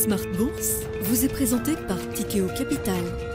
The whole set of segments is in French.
Smart Bourse vous est présenté par Tikeo Capital.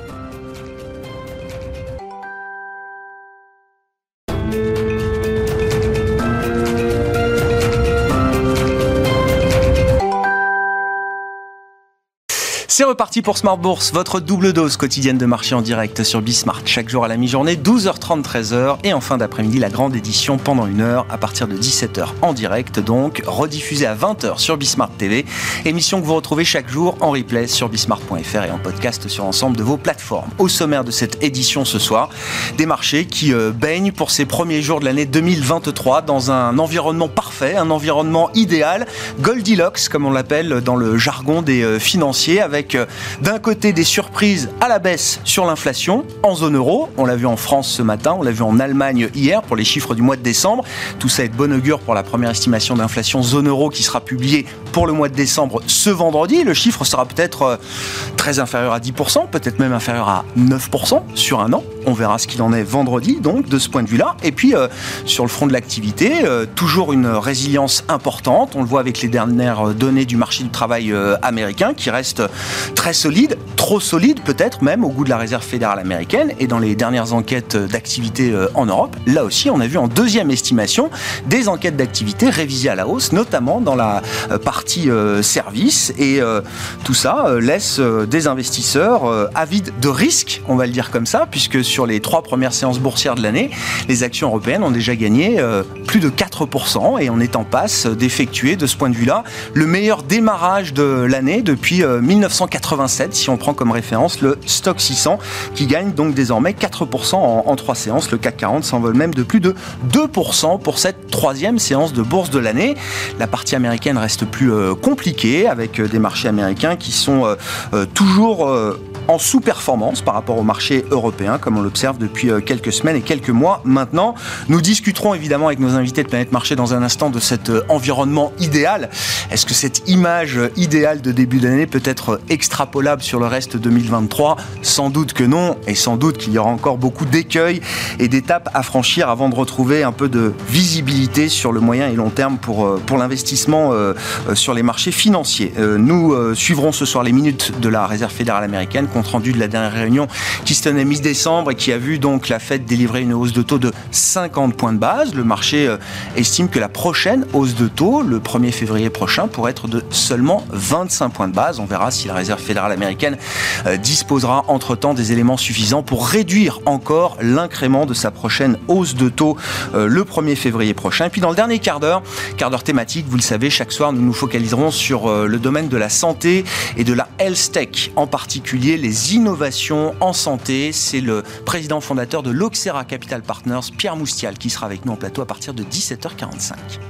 C'est reparti pour Smart Bourse, votre double dose quotidienne de marché en direct sur Bismart. Chaque jour à la mi-journée, 12h30, 13h. Et en fin d'après-midi, la grande édition pendant 1 heure à partir de 17h en direct. Donc, rediffusée à 20h sur Bismart TV. Émission que vous retrouvez chaque jour en replay sur bismart.fr et en podcast sur l'ensemble de vos plateformes. Au sommaire de cette édition ce soir, des marchés qui baignent pour ces premiers jours de l'année 2023 dans un environnement parfait, un environnement idéal. Goldilocks, comme on l'appelle dans le jargon des financiers, avec d'un côté des surprises à la baisse sur l'inflation en zone euro. On l'a vu en France ce matin, on l'a vu en Allemagne hier pour les chiffres du mois de décembre. Tout ça est de bon augure pour la première estimation d'inflation zone euro qui sera publiée pour le mois de décembre ce vendredi. Le chiffre sera peut-être très inférieur à 10%, peut-être même inférieur à 9% sur un an. On verra ce qu'il en est vendredi, donc, de ce point de vue-là. Et puis, sur le front de l'activité, toujours une résilience importante. On le voit avec les dernières données du marché du travail américain qui reste très solide, trop solide peut-être même au goût de la Réserve fédérale américaine. Et dans les dernières enquêtes d'activité en Europe, là aussi, on a vu en deuxième estimation des enquêtes d'activité révisées à la hausse, notamment dans la partie service. Et tout ça laisse des investisseurs avides de risques, on va le dire comme ça, puisque sur les 3 premières séances boursières de l'année, les actions européennes ont déjà gagné plus de 4% et on est en passe d'effectuer, de ce point de vue-là, le meilleur démarrage de l'année depuis 1987, si on prend comme référence le Stock 600, qui gagne donc désormais 4% en 3 séances. Le CAC 40 s'envole même de plus de 2% pour cette 3e séance de bourse de l'année. La partie américaine reste plus compliquée, avec des marchés américains qui sont toujours en sous-performance par rapport au marché européen, comme on l'observe depuis quelques semaines et quelques mois maintenant. Nous discuterons évidemment avec nos invités de Planète Marché dans un instant de cet environnement idéal. Est-ce que cette image idéale de début d'année peut être extrapolable sur le reste 2023 ? Sans doute que non, et sans doute qu'il y aura encore beaucoup d'écueils et d'étapes à franchir avant de retrouver un peu de visibilité sur le moyen et long terme pour l'investissement sur les marchés financiers. Nous suivrons ce soir les minutes de la Réserve fédérale américaine, compte rendu de la dernière réunion qui se tenait mi-décembre et qui a vu donc la Fed délivrer une hausse de taux de 50 points de base. Le marché estime que la prochaine hausse de taux, le 1er février prochain, pourrait être de seulement 25 points de base. On verra si la Réserve fédérale américaine disposera entre-temps des éléments suffisants pour réduire encore l'incrément de sa prochaine hausse de taux le 1er février prochain. Et puis dans le dernier quart d'heure thématique, vous le savez, chaque soir nous nous focaliserons sur le domaine de la santé et de la health tech, en particulier les innovations en santé. C'est le président fondateur de l'Oxera Capital Partners, Pierre Moustial, qui sera avec nous en plateau à partir de 17h45.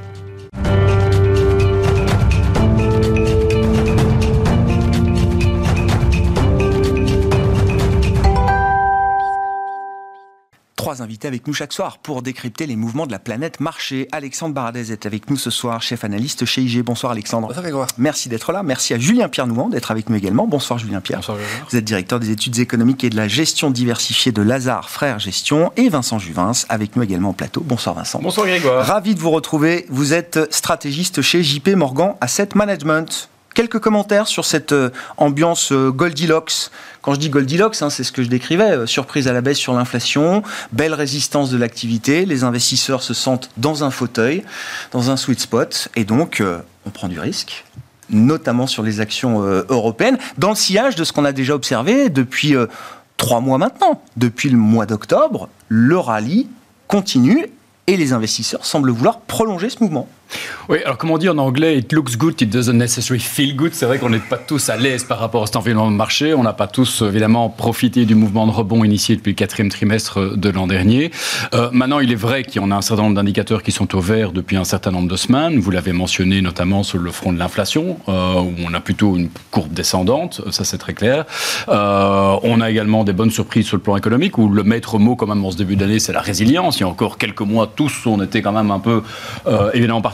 Trois invités avec nous chaque soir pour décrypter les mouvements de la planète marché. Alexandre Baradez est avec nous ce soir, chef analyste chez IG. Bonsoir Alexandre. Bonsoir Grégoire. Merci d'être là. Merci à Julien Pierre Nouan d'être avec nous également. Bonsoir Julien Pierre. Bonsoir Grégoire. Vous êtes directeur des études économiques et de la gestion diversifiée de Lazare Frères Gestion. Et Vincent Juvins avec nous également au plateau. Bonsoir Vincent. Bonsoir Grégoire. Ravi de vous retrouver. Vous êtes stratégiste chez JP Morgan Asset Management. Quelques commentaires sur cette ambiance Goldilocks. Quand je dis Goldilocks, c'est ce que je décrivais. Surprise à la baisse sur l'inflation, belle résistance de l'activité. Les investisseurs se sentent dans un fauteuil, dans un sweet spot. Et donc, on prend du risque, notamment sur les actions européennes, dans le sillage de ce qu'on a déjà observé depuis 3 mois maintenant. Depuis le mois d'octobre, le rallye continue et les investisseurs semblent vouloir prolonger ce mouvement. Oui, alors comme on dit en anglais, it looks good, it doesn't necessarily feel good. C'est vrai qu'on n'est pas tous à l'aise par rapport à cet environnement de marché. On n'a pas tous, évidemment, profité du mouvement de rebond initié depuis le 4e trimestre de l'an dernier. Maintenant, il est vrai qu'il y en a un certain nombre d'indicateurs qui sont au vert depuis un certain nombre de semaines. Vous l'avez mentionné, notamment sur le front de l'inflation, où on a plutôt une courbe descendante, ça c'est très clair. On a également des bonnes surprises sur le plan économique, où le maître mot, quand même, en ce début d'année, c'est la résilience. Il y a encore quelques mois, tous, on était quand même un peu, évidemment, partis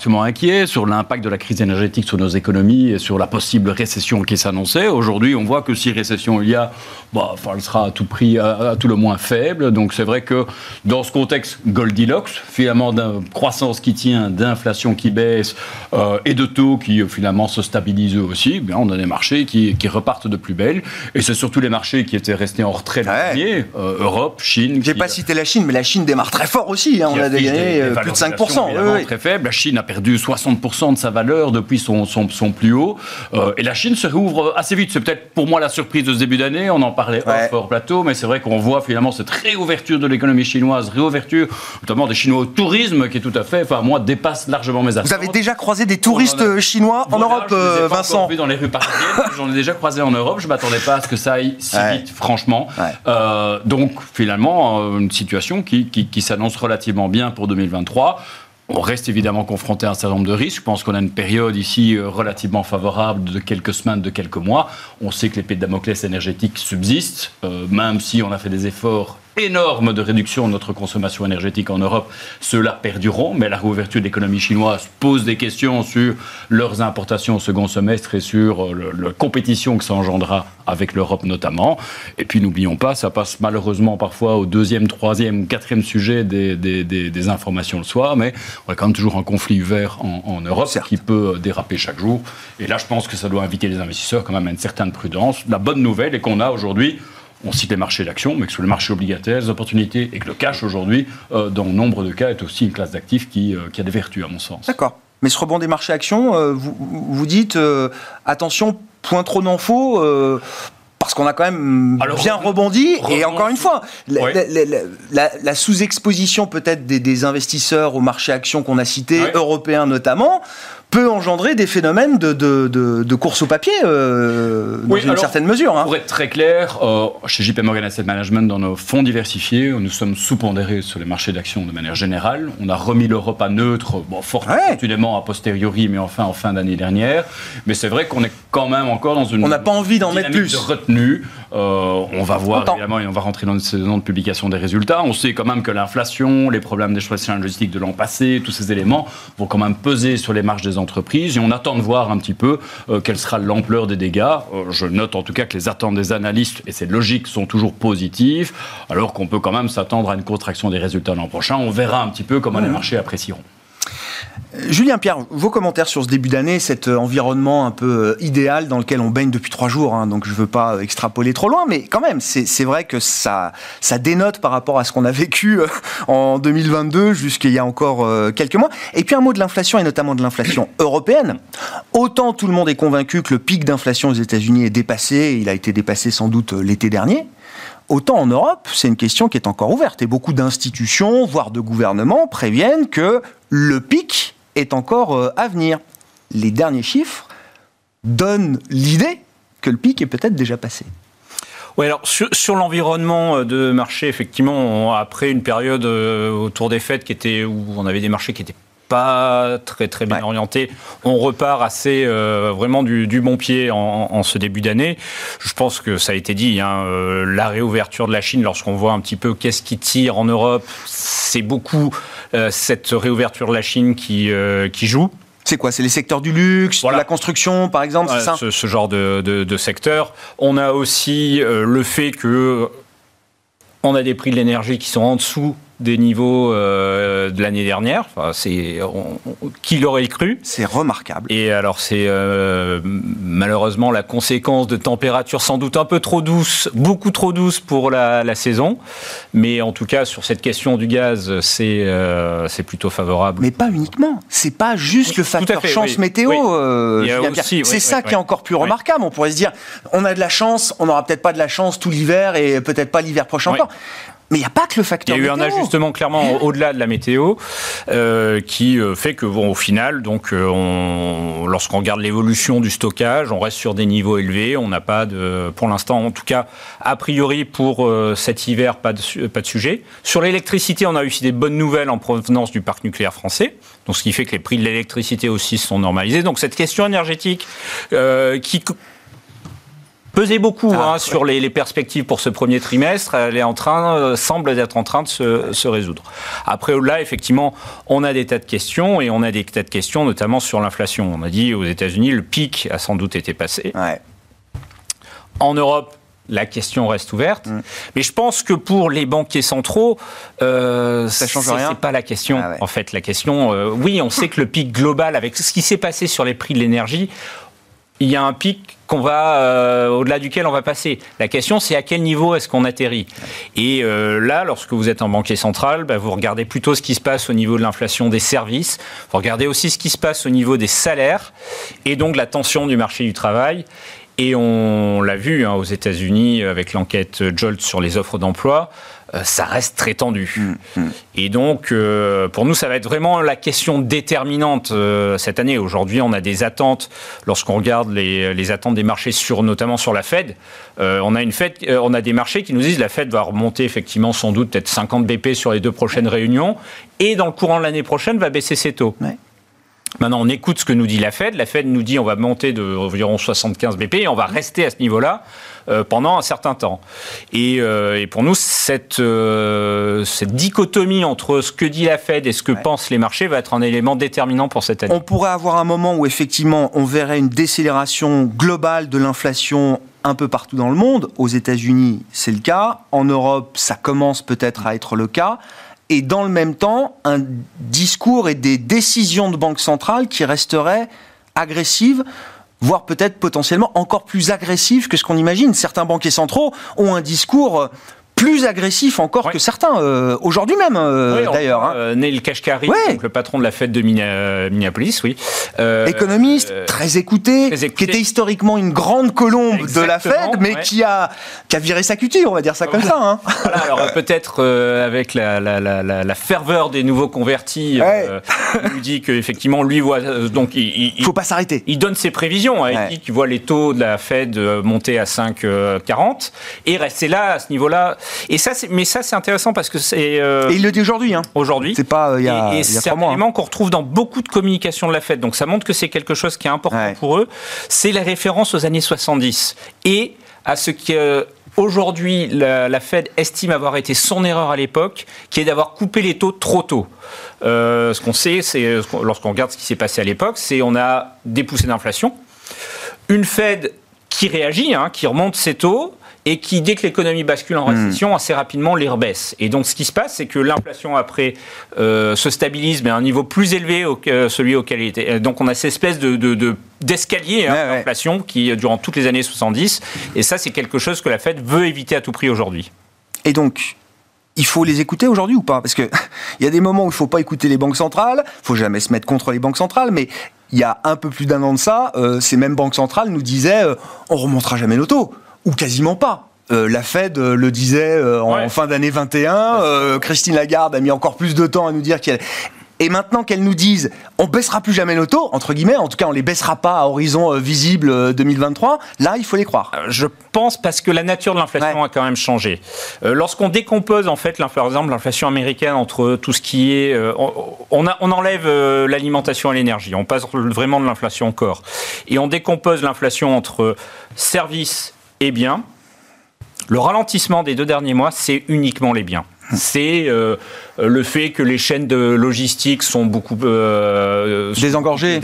particulièrement inquiets sur l'impact de la crise énergétique sur nos économies et sur la possible récession qui s'annonçait. Aujourd'hui, on voit que si récession il y a, elle sera à tout prix, à tout le moins faible. Donc c'est vrai que dans ce contexte Goldilocks, finalement d'une croissance qui tient, d'inflation qui baisse et de taux qui finalement se stabilisent eux aussi, bien, on a des marchés qui repartent de plus belle. Et c'est surtout les marchés qui étaient restés en retrait dernier, Europe, Chine. J'ai pas cité la Chine, mais la Chine démarre très fort aussi. On a gagné plus de 5%. Très faible. La Chine a perdu 60% de sa valeur depuis son plus haut. Et la Chine se réouvre assez vite. C'est peut-être pour moi la surprise de ce début d'année. On en parlait hors plateau, mais c'est vrai qu'on voit finalement cette réouverture de l'économie chinoise, réouverture notamment des Chinois au tourisme qui est tout à fait, moi, dépasse largement mes attentes. Vous avez déjà croisé des touristes chinois en Europe, Vincent? Pas vu dans les rues parisiennes. J'en ai déjà croisé en Europe. Je m'attendais pas à ce que ça aille si vite, franchement. Donc finalement, une situation qui s'annonce relativement bien pour 2023. On reste évidemment confronté à un certain nombre de risques. Je pense qu'on a une période ici relativement favorable de quelques semaines, de quelques mois. On sait que l'épée de Damoclès énergétique subsiste, même si on a fait des efforts énormes de réduction de notre consommation énergétique en Europe, ceux-là perdureront, mais la réouverture de l'économie chinoise pose des questions sur leurs importations au second semestre et sur la compétition que ça engendra avec l'Europe notamment. Et puis n'oublions pas, ça passe malheureusement parfois au deuxième, troisième, quatrième sujet des informations le soir, mais on a quand même toujours un conflit ouvert en Europe qui peut déraper chaque jour. Et là, je pense que ça doit inviter les investisseurs quand même à une certaine prudence. La bonne nouvelle est qu'on a aujourd'hui, on cite les marchés d'actions, mais que sur les marchés obligataires, les opportunités, et que le cash aujourd'hui, dans nombre de cas, est aussi une classe d'actifs qui a des vertus, à mon sens. D'accord. Mais ce rebond des marchés actions, vous dites, attention, point trop d'infos, parce qu'on a quand même bien rebondi. Et encore une fois, la sous-exposition peut-être des investisseurs aux marchés actions qu'on a cités, européens notamment, peut engendrer des phénomènes de course au papier dans une certaine mesure. Pour être très clair, chez JP Morgan Asset Management, dans nos fonds diversifiés, nous sommes sous-pondérés sur les marchés d'actions de manière générale. On a remis l'Europe à neutre, fortunément a posteriori, mais enfin en fin d'année dernière. Mais c'est vrai qu'on est quand même encore dans une... On n'a pas envie d'en mettre plus. De retenue. On va voir évidemment, et on va rentrer dans une saison de publication des résultats. On sait quand même que l'inflation, les problèmes d'exploitation logistique de l'an passé, tous ces éléments vont quand même peser sur les marges des entreprises, et on attend de voir un petit peu quelle sera l'ampleur des dégâts. Je note en tout cas que les attentes des analystes, et c'est logique, sont toujours positives, alors qu'on peut quand même s'attendre à une contraction des résultats l'an prochain. On verra un petit peu comment les marchés apprécieront. Julien Pierre, vos commentaires sur ce début d'année, cet environnement un peu idéal dans lequel on baigne depuis 3 jours, donc je ne veux pas extrapoler trop loin, mais quand même, c'est vrai que ça dénote par rapport à ce qu'on a vécu en 2022 jusqu'il y a encore quelques mois. Et puis un mot de l'inflation, et notamment de l'inflation européenne. Autant tout le monde est convaincu que le pic d'inflation aux États-Unis est dépassé, il a été dépassé sans doute l'été dernier. Autant en Europe, c'est une question qui est encore ouverte. Et beaucoup d'institutions, voire de gouvernements, préviennent que le pic est encore à venir. Les derniers chiffres donnent l'idée que le pic est peut-être déjà passé. Oui, alors sur l'environnement de marché, effectivement, après une période autour des fêtes où on avait des marchés qui étaient pas très bien orienté. On repart assez vraiment du bon pied en ce début d'année. Je pense que ça a été dit, la réouverture de la Chine, lorsqu'on voit un petit peu qu'est-ce qui tire en Europe, c'est beaucoup cette réouverture de la Chine qui joue. C'est quoi? C'est les secteurs du luxe, de la construction, par exemple, c'est ça? Ce genre de secteur. On a aussi le fait que on a des prix de l'énergie qui sont en dessous des niveaux de l'année dernière. Enfin, qui l'aurait cru? C'est remarquable. Et alors, c'est malheureusement la conséquence de températures sans doute un peu trop douces, beaucoup trop douces pour la saison. Mais en tout cas, sur cette question du gaz, c'est plutôt favorable. Mais pas uniquement. C'est pas juste le facteur chance météo. C'est ça qui est encore plus remarquable. On pourrait se dire, on a de la chance, on n'aura peut-être pas de la chance tout l'hiver et peut-être pas l'hiver prochain encore. Mais il n'y a pas que le facteur météo. Il y a eu un ajustement clairement au-delà de la météo qui fait que, au final, donc, lorsqu'on regarde l'évolution du stockage, on reste sur des niveaux élevés. On n'a pas pour l'instant, en tout cas, a priori pour cet hiver, pas de sujet. Sur l'électricité, on a aussi des bonnes nouvelles en provenance du parc nucléaire français. Donc, ce qui fait que les prix de l'électricité aussi sont normalisés. Donc, cette question énergétique qui pesait beaucoup sur les perspectives pour ce premier trimestre. Elle est semble être en train de se résoudre. Après, au-delà, effectivement, on a des tas de questions, et on a des tas de questions notamment sur l'inflation. On a dit aux États-Unis, le pic a sans doute été passé. Ouais. En Europe, la question reste ouverte. Mais je pense que pour les banquiers centraux, ça change rien. C'est pas la question. En fait, la question, oui, on sait que le pic global, avec ce qui s'est passé sur les prix de l'énergie, il y a un pic au-delà duquel on va passer. La question, c'est à quel niveau est-ce qu'on atterrit. Et là, lorsque vous êtes un banquier central, vous regardez plutôt ce qui se passe au niveau de l'inflation des services. Vous regardez aussi ce qui se passe au niveau des salaires et donc la tension du marché du travail. Et on l'a vu aux États-Unis avec l'enquête Jolt sur les offres d'emploi, ça reste très tendu. Et donc, pour nous, ça va être vraiment la question déterminante cette année. Aujourd'hui, on a des attentes, lorsqu'on regarde les attentes des marchés, notamment sur la Fed. On a des marchés qui nous disent que la Fed va remonter effectivement sans doute peut-être 50 BP sur les 2 prochaines réunions, et dans le courant de l'année prochaine, va baisser ses taux. Ouais. Maintenant, on écoute ce que nous dit la Fed. La Fed nous dit on va monter d'environ 75 BP et on va rester à ce niveau-là pendant un certain temps. Et pour nous, cette dichotomie entre ce que dit la Fed et ce que pensent les marchés va être un élément déterminant pour cette année. On pourrait avoir un moment où effectivement on verrait une décélération globale de l'inflation un peu partout dans le monde. Aux États-Unis, c'est le cas. En Europe, ça commence peut-être à être le cas. Et dans le même temps, un discours et des décisions de banque centrale qui resteraient agressives, voire peut-être potentiellement encore plus agressives que ce qu'on imagine. Certains banquiers centraux ont un discours plus agressif encore que certains, aujourd'hui même, d'ailleurs. Neil Kashkari, donc le patron de la Fed de Minneapolis, économiste, très écouté, qui était historiquement une grande colombe de la Fed, mais qui a viré sa cutie, on va dire ça comme ça. Voilà, alors peut-être avec la ferveur des nouveaux convertis, il nous dit qu'effectivement, lui voit... donc il faut pas s'arrêter. Il donne ses prévisions. Il dit qu'il voit les taux de la Fed monter à 5,40 et rester là, à ce niveau-là. Et ça, c'est intéressant parce que c'est... Et il le dit aujourd'hui. Aujourd'hui. C'est pas il y a 3 mois. Et c'est un élément qu'on retrouve dans beaucoup de communications de la Fed. Donc ça montre que c'est quelque chose qui est important pour eux. C'est la référence aux années 70. Et à ce que... Aujourd'hui, la Fed estime avoir été son erreur à l'époque, qui est d'avoir coupé les taux trop tôt. Ce qu'on sait, c'est, lorsqu'on regarde ce qui s'est passé à l'époque, c'est on a des poussées d'inflation, une Fed qui réagit, qui remonte ses taux, et qui, dès que l'économie bascule en récession, assez rapidement les rebaisse. Et donc, ce qui se passe, c'est que l'inflation, après, se stabilise, mais à un niveau plus élevé celui auquel il était. Donc, on a cette espèce d'escalier d'inflation qui, durant toutes les années 70, et ça, c'est quelque chose que la Fed veut éviter à tout prix aujourd'hui. Et donc, il faut les écouter aujourd'hui ou pas ? Parce qu'il y a des moments où il ne faut pas écouter les banques centrales, il ne faut jamais se mettre contre les banques centrales, mais... Il y a un peu plus d'1 an de ça, ces mêmes banques centrales nous disaient on ne remontera jamais nos taux, ou quasiment pas. La Fed le disait en fin d'année 21, Christine Lagarde a mis encore plus de temps à nous dire qu'elle... Et maintenant qu'elles nous disent on baissera plus jamais nos taux, entre guillemets, en tout cas on les baissera pas à horizon visible 2023, là il faut les croire. Je pense parce que la nature de l'inflation a quand même changé. Lorsqu'on décompose en fait, par exemple l'inflation américaine entre tout ce qui est... on enlève l'alimentation et l'énergie, on passe vraiment de l'inflation au corps. Et on décompose l'inflation entre services et biens. Le ralentissement des 2 derniers mois, c'est uniquement les biens. C'est le fait que les chaînes de logistique sont beaucoup désengorgées,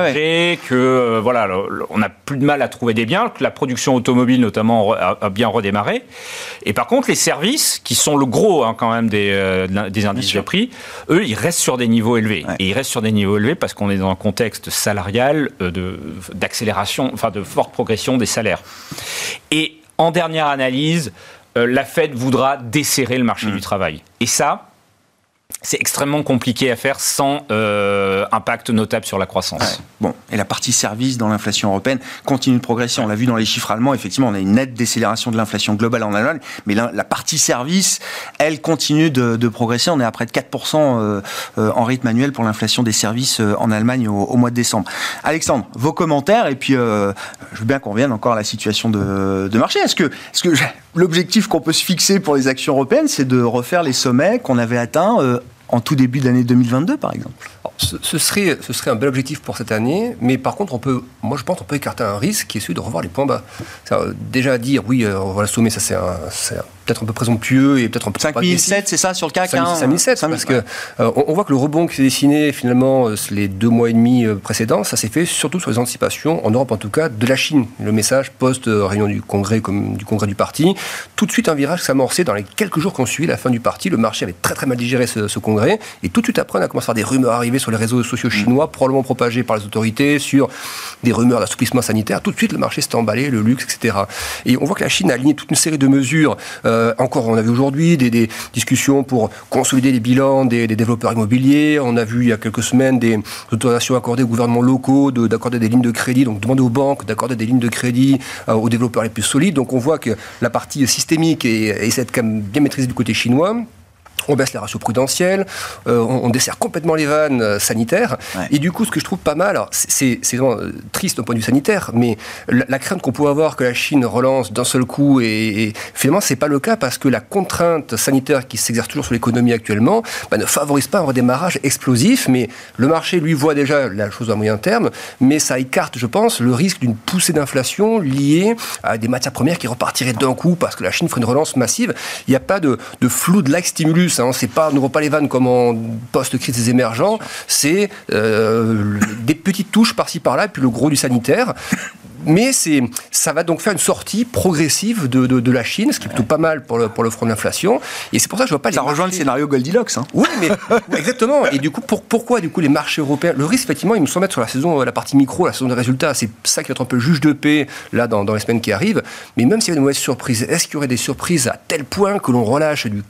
que voilà, on n'a plus de mal à trouver des biens, que la production automobile notamment a bien redémarré. Et par contre, les services, qui sont le gros quand même des indices de prix, eux, ils restent sur des niveaux élevés. Et ils restent sur des niveaux élevés parce qu'on est dans un contexte salarial d'accélération, enfin de forte progression des salaires. Et en dernière analyse, la Fed voudra desserrer le marché du travail. Et ça, c'est extrêmement compliqué à faire sans impact notable sur la croissance. Bon, et la partie service dans l'inflation européenne continue de progresser. On l'a vu dans les chiffres allemands, effectivement, on a une nette décélération de l'inflation globale en Allemagne, mais la partie service, elle continue de progresser. On est à près de 4% en rythme annuel pour l'inflation des services en Allemagne au mois de décembre. Alexandre, vos commentaires, et puis je veux bien qu'on revienne encore à la situation de marché. Est-ce que l'objectif qu'on peut se fixer pour les actions européennes, c'est de refaire les sommets qu'on avait atteints en tout début d'année 2022, par exemple? Alors, ce serait un bel objectif pour cette année, mais par contre, moi je pense qu'on peut écarter un risque qui est celui de revoir les points bas. Déjà dire, oui, on va l'assommer, ça c'est peut-être un peu présomptueux et peut-être un peu 5007, c'est ça sur le CAC 5007, parce que on voit que le rebond qui s'est dessiné finalement les 2 mois et demi précédents, ça s'est fait surtout sur les anticipations, en Europe en tout cas, de la Chine. Le message post-réunion du Congrès comme du Congrès du parti, tout de suite un virage s'est amorcé dans les quelques jours qui ont suivi la fin du parti. Le marché avait très très mal digéré ce Congrès, et tout de suite après on a commencé à voir des rumeurs arriver sur les réseaux sociaux chinois, probablement propagées par les autorités, sur des rumeurs d'assouplissement sanitaire. Tout de suite le marché s'est emballé, le luxe, etc. Et on voit que la Chine a aligné toute une série de mesures. Encore, on a vu aujourd'hui des discussions pour consolider les bilans des développeurs immobiliers. On a vu il y a quelques semaines des autorisations accordées aux gouvernements locaux d'accorder des lignes de crédit, donc demander aux banques d'accorder des lignes de crédit aux développeurs les plus solides. Donc on voit que la partie systémique essaie d'être quand même bien maîtrisée du côté chinois. On baisse les ratios prudentiels, on dessert complètement les vannes sanitaires. Ouais. Et du coup, ce que je trouve pas mal, alors c'est vraiment triste au point de vue sanitaire, mais la crainte qu'on pourrait avoir que la Chine relance d'un seul coup, et finalement, c'est pas le cas parce que la contrainte sanitaire qui s'exerce toujours sur l'économie actuellement ne favorise pas un redémarrage explosif. Mais le marché, lui, voit déjà la chose à moyen terme, mais ça écarte, je pense, le risque d'une poussée d'inflation liée à des matières premières qui repartiraient d'un coup parce que la Chine ferait une relance massive. Il n'y a pas de flou de like stimulus. On n'ouvre pas les vannes comme en post-crise émergents, c'est des petites touches par-ci par-là, et puis le gros du sanitaire. Mais ça va donc faire une sortie progressive de la Chine, ce qui est plutôt pas mal pour le front de l'inflation. Et c'est pour ça que je vois pas ça rejoint le scénario Goldilocks. Oui, mais exactement. Et du coup, pourquoi du coup les marchés européens? Le risque, effectivement, ils me semblent mettre sur la partie micro, la saison de résultats. C'est ça qui va être un peu le juge de paix là dans les semaines qui arrivent. Mais même s'il y a une mauvaise surprise, est-ce qu'il y aurait des surprises à tel point que l'on relâche du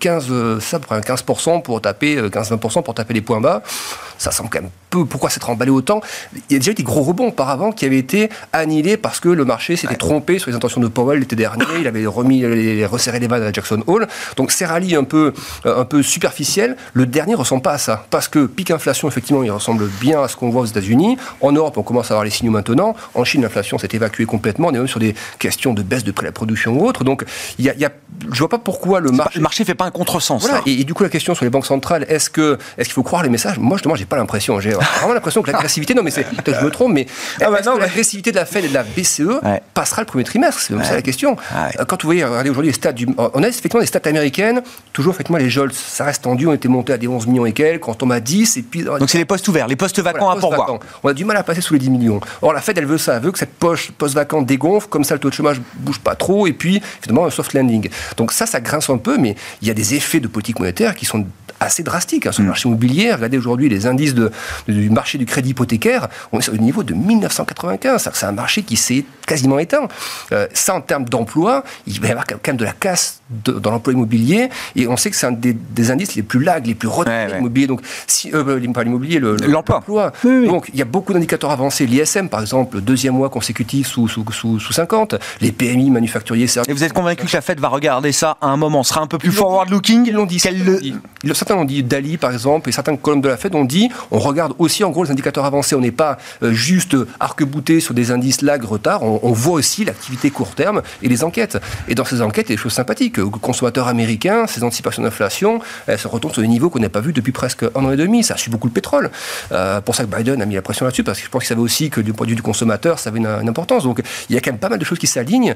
15% pour taper 15-20% pour taper les points bas? Ça semble quand même peu. Pourquoi s'être emballé autant? Il y a déjà eu des gros rebonds auparavant qui avaient été annihilés parce que le marché s'était trompé sur les intentions de Powell l'été dernier. Il avait resserré les vannes à Jackson Hole. Donc ces rallyes un peu superficiels, le dernier ne ressemble pas à ça. Parce que pic inflation, effectivement, il ressemble bien à ce qu'on voit aux États-Unis. En Europe, on commence à avoir les signaux maintenant. En Chine, l'inflation s'est évacuée complètement. On est même sur des questions de baisse de prix à la production ou autre. Donc je ne vois pas pourquoi le marché ne fait pas un contresens. Voilà. Et du coup, la question sur les banques centrales, est-ce qu'il faut croire les messages? Moi, justement, j'ai pas l'impression. J'ai vraiment l'impression que l'agressivité, non mais peut-être je me trompe, mais l'agressivité de la Fed et de la BCE passera le premier trimestre? C'est ça la question. Quand vous voyez, regardez aujourd'hui les stats on a effectivement des stats américaines, toujours effectivement les JOLTS, ça reste tendu, on était monté à des 11 millions et quelques, quand on tombe à 10, et puis... Donc c'est les postes ouverts, les postes vacants à pourvoir. On a du mal à passer sous les 10 millions. Or la Fed, elle veut ça, elle veut que cette poche post-vacant dégonfle, comme ça le taux de chômage bouge pas trop, et puis finalement un soft landing. Donc ça grince un peu, mais il y a des effets de politique monétaire qui sont assez drastiques sur le marché immobilier. Regardez aujourd'hui les indices du marché du crédit hypothécaire, on est sur le niveau de 1995. C'est un marché qui s'est quasiment éteint. Ça, en termes d'emploi, il va y avoir quand même de la casse dans l'emploi immobilier, et on sait que c'est un des indices les plus les plus retenus immobiliers. Donc, pas l'immobilier, l'emploi. Oui. Donc, il y a beaucoup d'indicateurs avancés. L'ISM, par exemple, le deuxième mois consécutif sous 50. Les PMI manufacturiers. Et vous êtes convaincu que la Fed va regarder ça à un moment, sera un peu plus forward-looking? Ils l'ont dit. Certains l'ont dit, Dali par exemple, et certains colonnes de la Fed ont dit, on regarde aussi en gros les indicateurs avancés, on n'est pas juste arc-bouté sur des indices lag, retard, on voit aussi l'activité court terme et les enquêtes. Et dans ces enquêtes, il y a des choses sympathiques. Le consommateur américain, ses anticipations d'inflation, elles se retournent sur des niveaux qu'on n'a pas vus depuis presque un an et demi. Ça a su beaucoup le pétrole. Pour ça que Biden a mis la pression là-dessus, parce que je pense qu'il savait aussi que du point de vue du consommateur, ça avait une importance. Donc il y a quand même pas mal de choses qui s'alignent.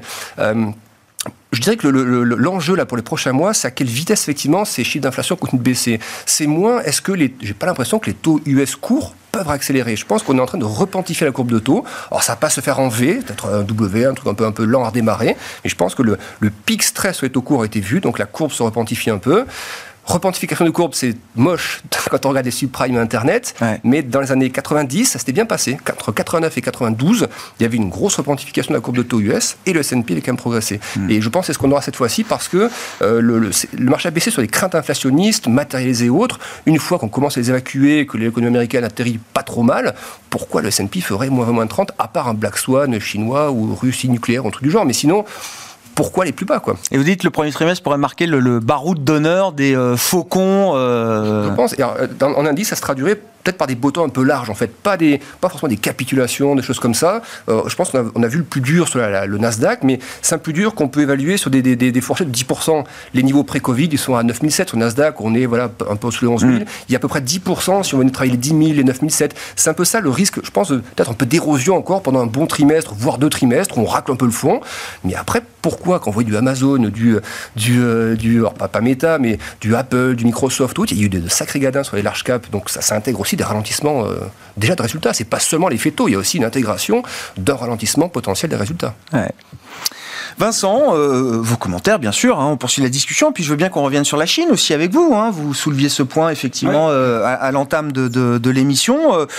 Je dirais que l'enjeu là pour les prochains mois, c'est à quelle vitesse effectivement ces chiffres d'inflation continuent de baisser. C'est moins, est-ce que j'ai pas l'impression que les taux US courts peuvent accélérer. Je pense qu'on est en train de repentifier la courbe de taux. Alors ça va pas se faire en V, peut-être un W, un truc un peu lent à redémarrer, mais je pense que le pic stress sur les taux courts a été vu, donc la courbe se repentifie un peu. Repentification de courbe, c'est moche quand on regarde les subprimes Internet, mais dans les années 90, ça s'était bien passé. Entre 89 et 92, il y avait une grosse repentification de la courbe de taux US, et le S&P avait quand même progressé. Et je pense que c'est ce qu'on aura cette fois-ci, parce que le marché a baissé sur les craintes inflationnistes, matérialisées et autres. Une fois qu'on commence à les évacuer, que l'économie américaine atterrit pas trop mal, pourquoi le S&P ferait moins 30, à part un Black Swan chinois ou Russie nucléaire, ou un truc du genre, mais sinon... Pourquoi les plus bas, quoi? Et vous dites que le premier trimestre pourrait marquer le baroud d'honneur des faucons Je pense. Et en indice, ça se traduirait peut-être par des boutons un peu larges, en fait, pas forcément des capitulations, des choses comme ça. Je pense qu'on a vu le plus dur sur le Nasdaq, mais c'est un plus dur qu'on peut évaluer sur des fourchettes de 10%. Les niveaux pré-Covid, ils sont à 9700 sur le Nasdaq, on est un peu au-dessus de 11 000. Il y a à peu près 10% si on veut travailler les 10 000, les 9700. C'est un peu ça le risque, je pense, peut-être un peu d'érosion encore pendant un bon trimestre, voire 2 trimestres, où on racle un peu le fond. Mais après, pourquoi, quand on voit du Amazon, alors pas Meta, mais du Apple, du Microsoft, tout, il y a eu de sacrés gadins sur les large caps, donc ça intègre aussi des ralentissements déjà de résultats. C'est pas seulement l'effet taux, il y a aussi une intégration d'un ralentissement potentiel des résultats. Ouais. Vincent, vos commentaires, bien sûr, on poursuit la discussion, puis je veux bien qu'on revienne sur la Chine aussi avec vous. Vous souleviez ce point, effectivement, à l'entame de l'émission.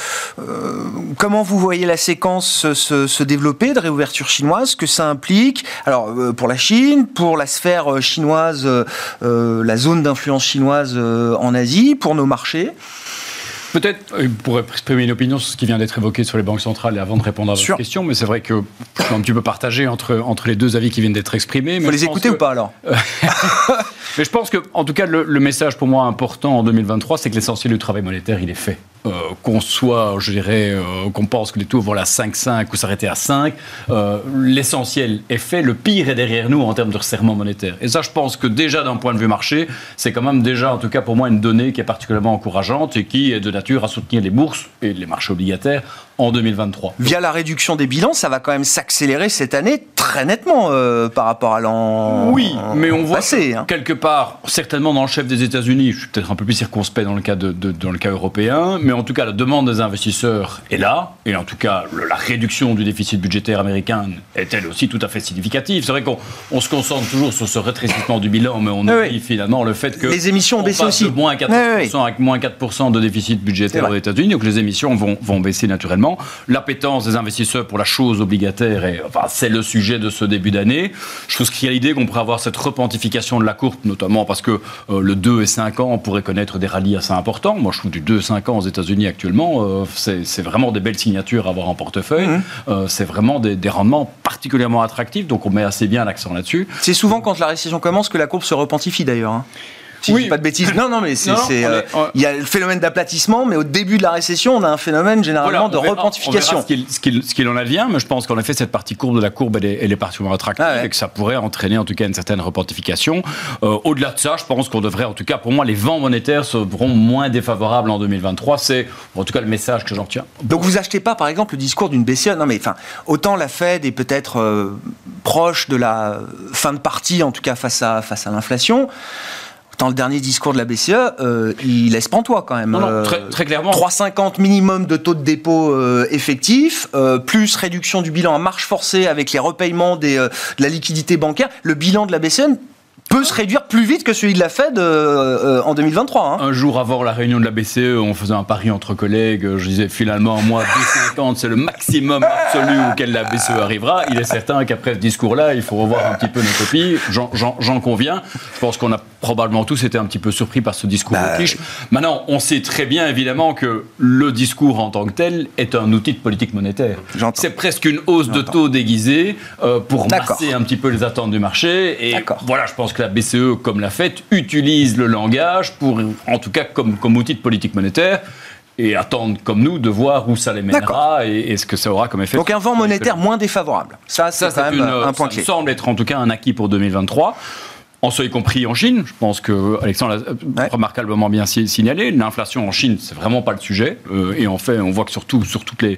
Comment vous voyez la séquence se développer de réouverture chinoise, ce que ça implique? Alors, pour la Chine, pour la sphère chinoise, la zone d'influence chinoise en Asie, pour nos marchés. Peut-être, pour exprimer une opinion sur ce qui vient d'être évoqué sur les banques centrales et avant de répondre à votre question, mais c'est vrai que je suis un petit peu partagé entre les deux avis qui viennent d'être exprimés. Il faut les écouter ou pas alors? Mais je pense que, en tout cas, le message pour moi important en 2023, c'est que l'essentiel du travail monétaire, il est fait. Qu'on soit, je dirais, qu'on pense que les taux vont à 5,5 ou s'arrêter à 5, l'essentiel est fait. Le pire est derrière nous en termes de resserrement monétaire. Et ça, je pense que déjà d'un point de vue marché, c'est quand même déjà, en tout cas pour moi, une donnée qui est particulièrement encourageante et qui est de nature à soutenir les bourses et les marchés obligataires en 2023. Via la réduction des bilans, ça va quand même s'accélérer cette année très nettement par rapport à l'an Oui, mais on voit passé, quelque part, certainement dans le chef des États-Unis, je suis peut-être un peu plus circonspect dans le cas dans le cas européen, mais en tout cas la demande des investisseurs est là, et en tout cas la réduction du déficit budgétaire américain est elle aussi tout à fait significative. C'est vrai qu'on se concentre toujours sur ce rétrécissement du bilan, mais on oublie finalement le fait que les émissions ont baissé aussi. De moins 4% avec moins 4% de déficit budgétaire aux États-Unis, donc les émissions vont baisser naturellement. L'appétence des investisseurs pour la chose obligataire, c'est le sujet de ce début d'année. Je trouve qu'il y a l'idée qu'on pourrait avoir cette repentification de la courbe, notamment parce que le 2 et 5 ans pourrait connaître des rallyes assez importants. Moi, je trouve du 2 et 5 ans aux États-Unis actuellement, c'est vraiment des belles signatures à avoir en portefeuille. C'est vraiment des rendements particulièrement attractifs, donc on met assez bien l'accent là-dessus. C'est souvent quand la récession commence que la courbe se repentifie d'ailleurs. Si je dis pas de bêtises. Non, mais il y a le phénomène d'aplatissement, mais au début de la récession, on a un phénomène généralement de repentification. On verra ce qu'il en advient, mais je pense qu'en effet, cette partie courbe de la courbe, elle est particulièrement attractive et que ça pourrait entraîner en tout cas une certaine repentification. Au-delà de ça, je pense qu'on devrait, en tout cas pour moi, les vents monétaires seront moins défavorables en 2023. C'est en tout cas le message que j'en tiens. Donc vous achetez pas, par exemple, le discours d'une BCE. Non, mais autant la Fed est peut-être proche de la fin de partie, en tout cas face à l'inflation. Dans le dernier discours de la BCE, il laisse pantois quand même. Non, très clairement. 3,50 minimum de taux de dépôt effectif, plus réduction du bilan à marche forcée avec les repaiements de la liquidité bancaire. Le bilan de la BCE peut se réduire plus vite que celui de la Fed en 2023. Un jour avant la réunion de la BCE, on faisait un pari entre collègues. Je disais finalement, moi, 2,50, c'est le maximum absolu auquel la BCE arrivera. Il est certain qu'après ce discours-là, il faut revoir un petit peu nos copies. J'en conviens. Je pense qu'on a probablement tous été un petit peu surpris par ce discours hawkish. Maintenant, on sait très bien, évidemment, que le discours en tant que tel est un outil de politique monétaire. C'est presque une hausse de taux déguisée pour masser un petit peu les attentes du marché. Et voilà, je pense que la BCE, comme la Fed, utilise le langage pour, en tout cas, comme outil de politique monétaire. Et attendre, comme nous, de voir où ça les mènera et ce que ça aura comme effet. Donc un vent monétaire moins défavorable. Ça c'est quand même un point clé. Ça semble être en tout cas un acquis pour 2023. En ce y compris en Chine, je pense que Alexandre l'a remarquablement bien signalé. L'inflation en Chine, c'est vraiment pas le sujet. Et en fait, on voit que sur tous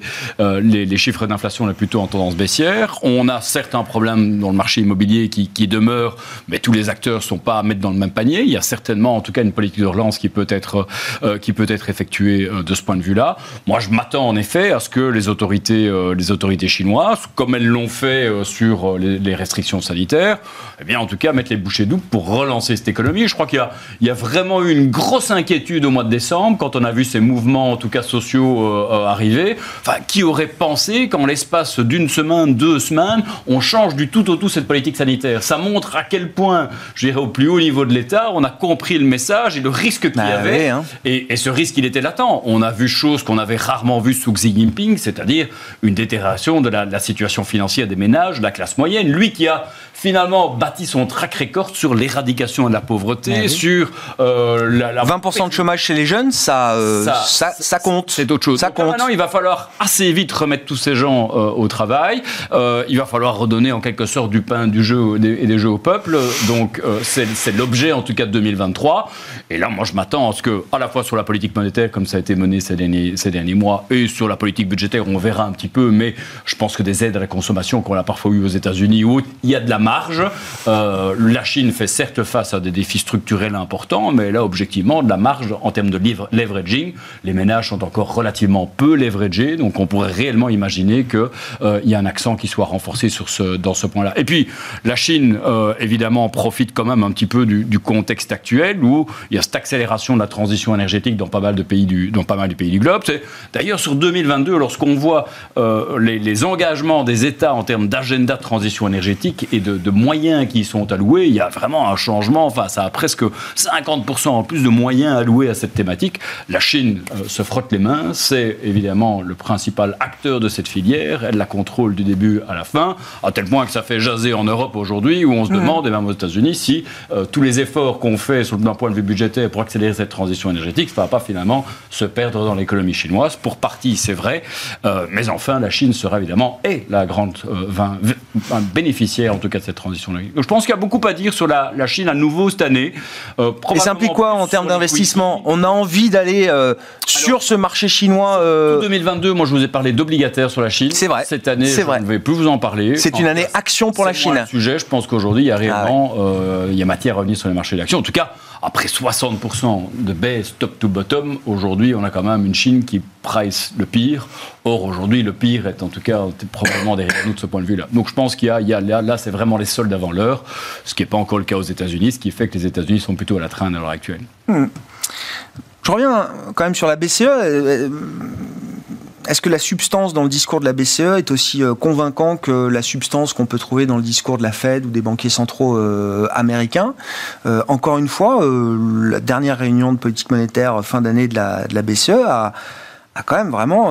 les chiffres d'inflation, on est plutôt en tendance baissière. On a certains problèmes dans le marché immobilier qui demeurent, mais tous les acteurs sont pas à mettre dans le même panier. Il y a certainement, en tout cas, une politique de relance qui peut être effectuée de ce point de vue-là. Moi, je m'attends en effet à ce que les autorités chinoises, comme elles l'ont fait sur les restrictions sanitaires, eh bien, en tout cas, mettent les bouchées doubles pour relancer cette économie. Je crois qu'il y a vraiment eu une grosse inquiétude au mois de décembre quand on a vu ces mouvements, en tout cas sociaux, arriver. Enfin, qui aurait pensé qu'en l'espace d'une semaine, 2 semaines, on change du tout au tout cette politique sanitaire? Ça montre à quel point, je dirais, au plus haut niveau de l'État, on a compris le message et le risque qu'il y avait. Et ce risque, il était latent. On a vu chose qu'on avait rarement vue sous Xi Jinping, c'est-à-dire une détérioration de la situation financière des ménages, de la classe moyenne. Lui qui a finalement bâti son track record sur l'éradication de la pauvreté, sur la 20% de chômage chez les jeunes, ça compte. C'est autre chose. Ça compte. Maintenant, il va falloir assez vite remettre tous ces gens au travail. Il va falloir redonner en quelque sorte du pain, du jeu et des jeux au peuple. Donc, c'est l'objet en tout cas de 2023. Et là, moi, je m'attends à ce que, à la fois sur la politique monétaire, comme ça a été mené ces derniers mois, et sur la politique budgétaire, on verra un petit peu. Mais je pense que des aides à la consommation qu'on a parfois eu aux États-Unis, où il y a de la marge. La Chine fait certes face à des défis structurels importants, mais là, objectivement, de la marge en termes de leveraging. Les ménages sont encore relativement peu leveragés, donc on pourrait réellement imaginer qu'il y a un accent qui soit renforcé dans ce point-là. Et puis, la Chine, évidemment, profite quand même un petit peu du contexte actuel, où il y a cette accélération de la transition énergétique dans pas mal de pays du globe. D'ailleurs, sur 2022, lorsqu'on voit les engagements des États en termes d'agenda de transition énergétique et de moyens qui y sont alloués, il y a vraiment un changement. Enfin, ça a presque 50% en plus de moyens alloués à cette thématique. La Chine se frotte les mains. C'est évidemment le principal acteur de cette filière. Elle la contrôle du début à la fin, à tel point que ça fait jaser en Europe aujourd'hui, où on se demande, et même aux États-Unis, si tous les efforts qu'on fait d'un point de vue budgétaire pour accélérer cette transition énergétique, ça ne va pas finalement se perdre dans l'économie chinoise. Pour partie, c'est vrai. Mais enfin, la Chine sera évidemment la grande bénéficiaire, en tout cas, de cette transition énergétique. Donc, je pense qu'il y a beaucoup à dire sur la Chine à nouveau cette année. Et ça implique quoi en termes d'investissement ? On a envie d'aller sur ce marché chinois. 2022, moi je vous ai parlé d'obligataires sur la Chine. C'est vrai. Cette année, je ne vais plus vous en parler. C'est une année action pour la Chine. C'est un sujet. Je pense qu'aujourd'hui, il y a réellement il y a matière à revenir sur les marchés d'actions. En tout cas, après 60% de baisse top to bottom, aujourd'hui, on a quand même une Chine qui price le pire. Or, aujourd'hui, le pire est en tout cas probablement derrière nous de ce point de vue-là. Donc, je pense qu'il y a là, c'est vraiment les soldes avant l'heure, ce qui n'est pas encore le cas aux États-Unis, ce qui fait que les États-Unis sont plutôt à la traîne à l'heure actuelle. Je reviens quand même sur la BCE. Est-ce que la substance dans le discours de la BCE est aussi convaincant que la substance qu'on peut trouver dans le discours de la Fed ou des banquiers centraux américains ? Encore une fois, la dernière réunion de politique monétaire fin d'année de la BCE a quand même vraiment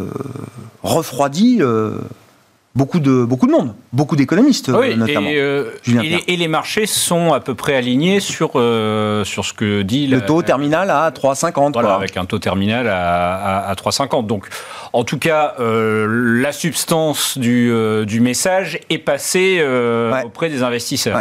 refroidi beaucoup de monde, beaucoup d'économistes notamment. Et les marchés sont à peu près alignés sur ce que dit le taux terminal à 3,50. Voilà, avec un taux terminal à 3,50. Donc, en tout cas, la substance du message est passée auprès des investisseurs.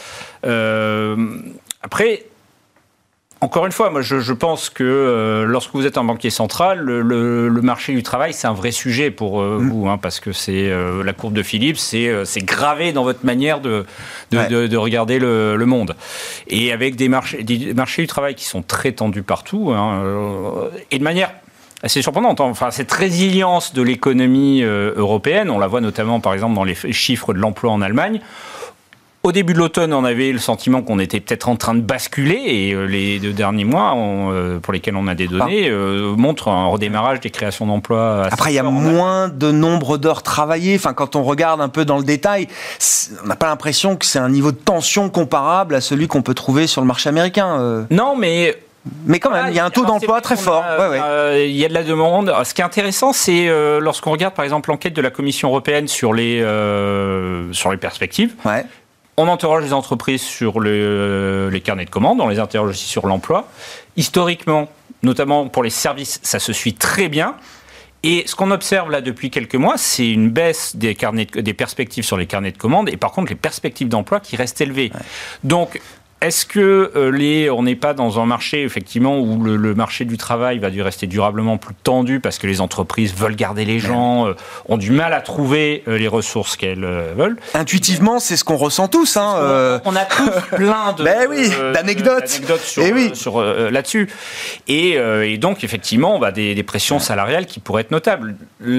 Après, encore une fois, moi je pense que lorsque vous êtes un banquier central, le marché du travail, c'est un vrai sujet pour vous, parce que c'est la courbe de Phillips, c'est gravé dans votre manière de regarder le monde. Et avec des marchés du travail qui sont très tendus partout, et de manière assez surprenante. Enfin, cette résilience de l'économie européenne, on la voit notamment par exemple dans les chiffres de l'emploi en Allemagne. Au début de l'automne, on avait le sentiment qu'on était peut-être en train de basculer, et les 2 derniers mois, pour lesquels on a des données, montrent un redémarrage des créations d'emplois. Après, il y a moins de nombre d'heures travaillées. Enfin, quand on regarde un peu dans le détail, on n'a pas l'impression que c'est un niveau de tension comparable à celui qu'on peut trouver sur le marché américain. Non, mais quand même, il y a un taux d'emploi très fort. Il y a de la demande. Ce qui est intéressant, c'est lorsqu'on regarde, par exemple, l'enquête de la Commission européenne sur les perspectives. On interroge les entreprises sur les carnets de commandes, on les interroge aussi sur l'emploi. Historiquement, notamment pour les services, ça se suit très bien. Et ce qu'on observe là depuis quelques mois, c'est une baisse des perspectives sur les carnets de commandes, et par contre les perspectives d'emploi qui restent élevées. Donc, est-ce que on n'est pas dans un marché effectivement où le marché du travail va dû rester durablement plus tendu parce que les entreprises veulent garder les gens, ont du mal à trouver les ressources qu'elles veulent. Intuitivement, c'est ce qu'on ressent tous. On a tous plein d'anecdotes là-dessus. Et donc effectivement, on a des pressions salariales qui pourraient être notables.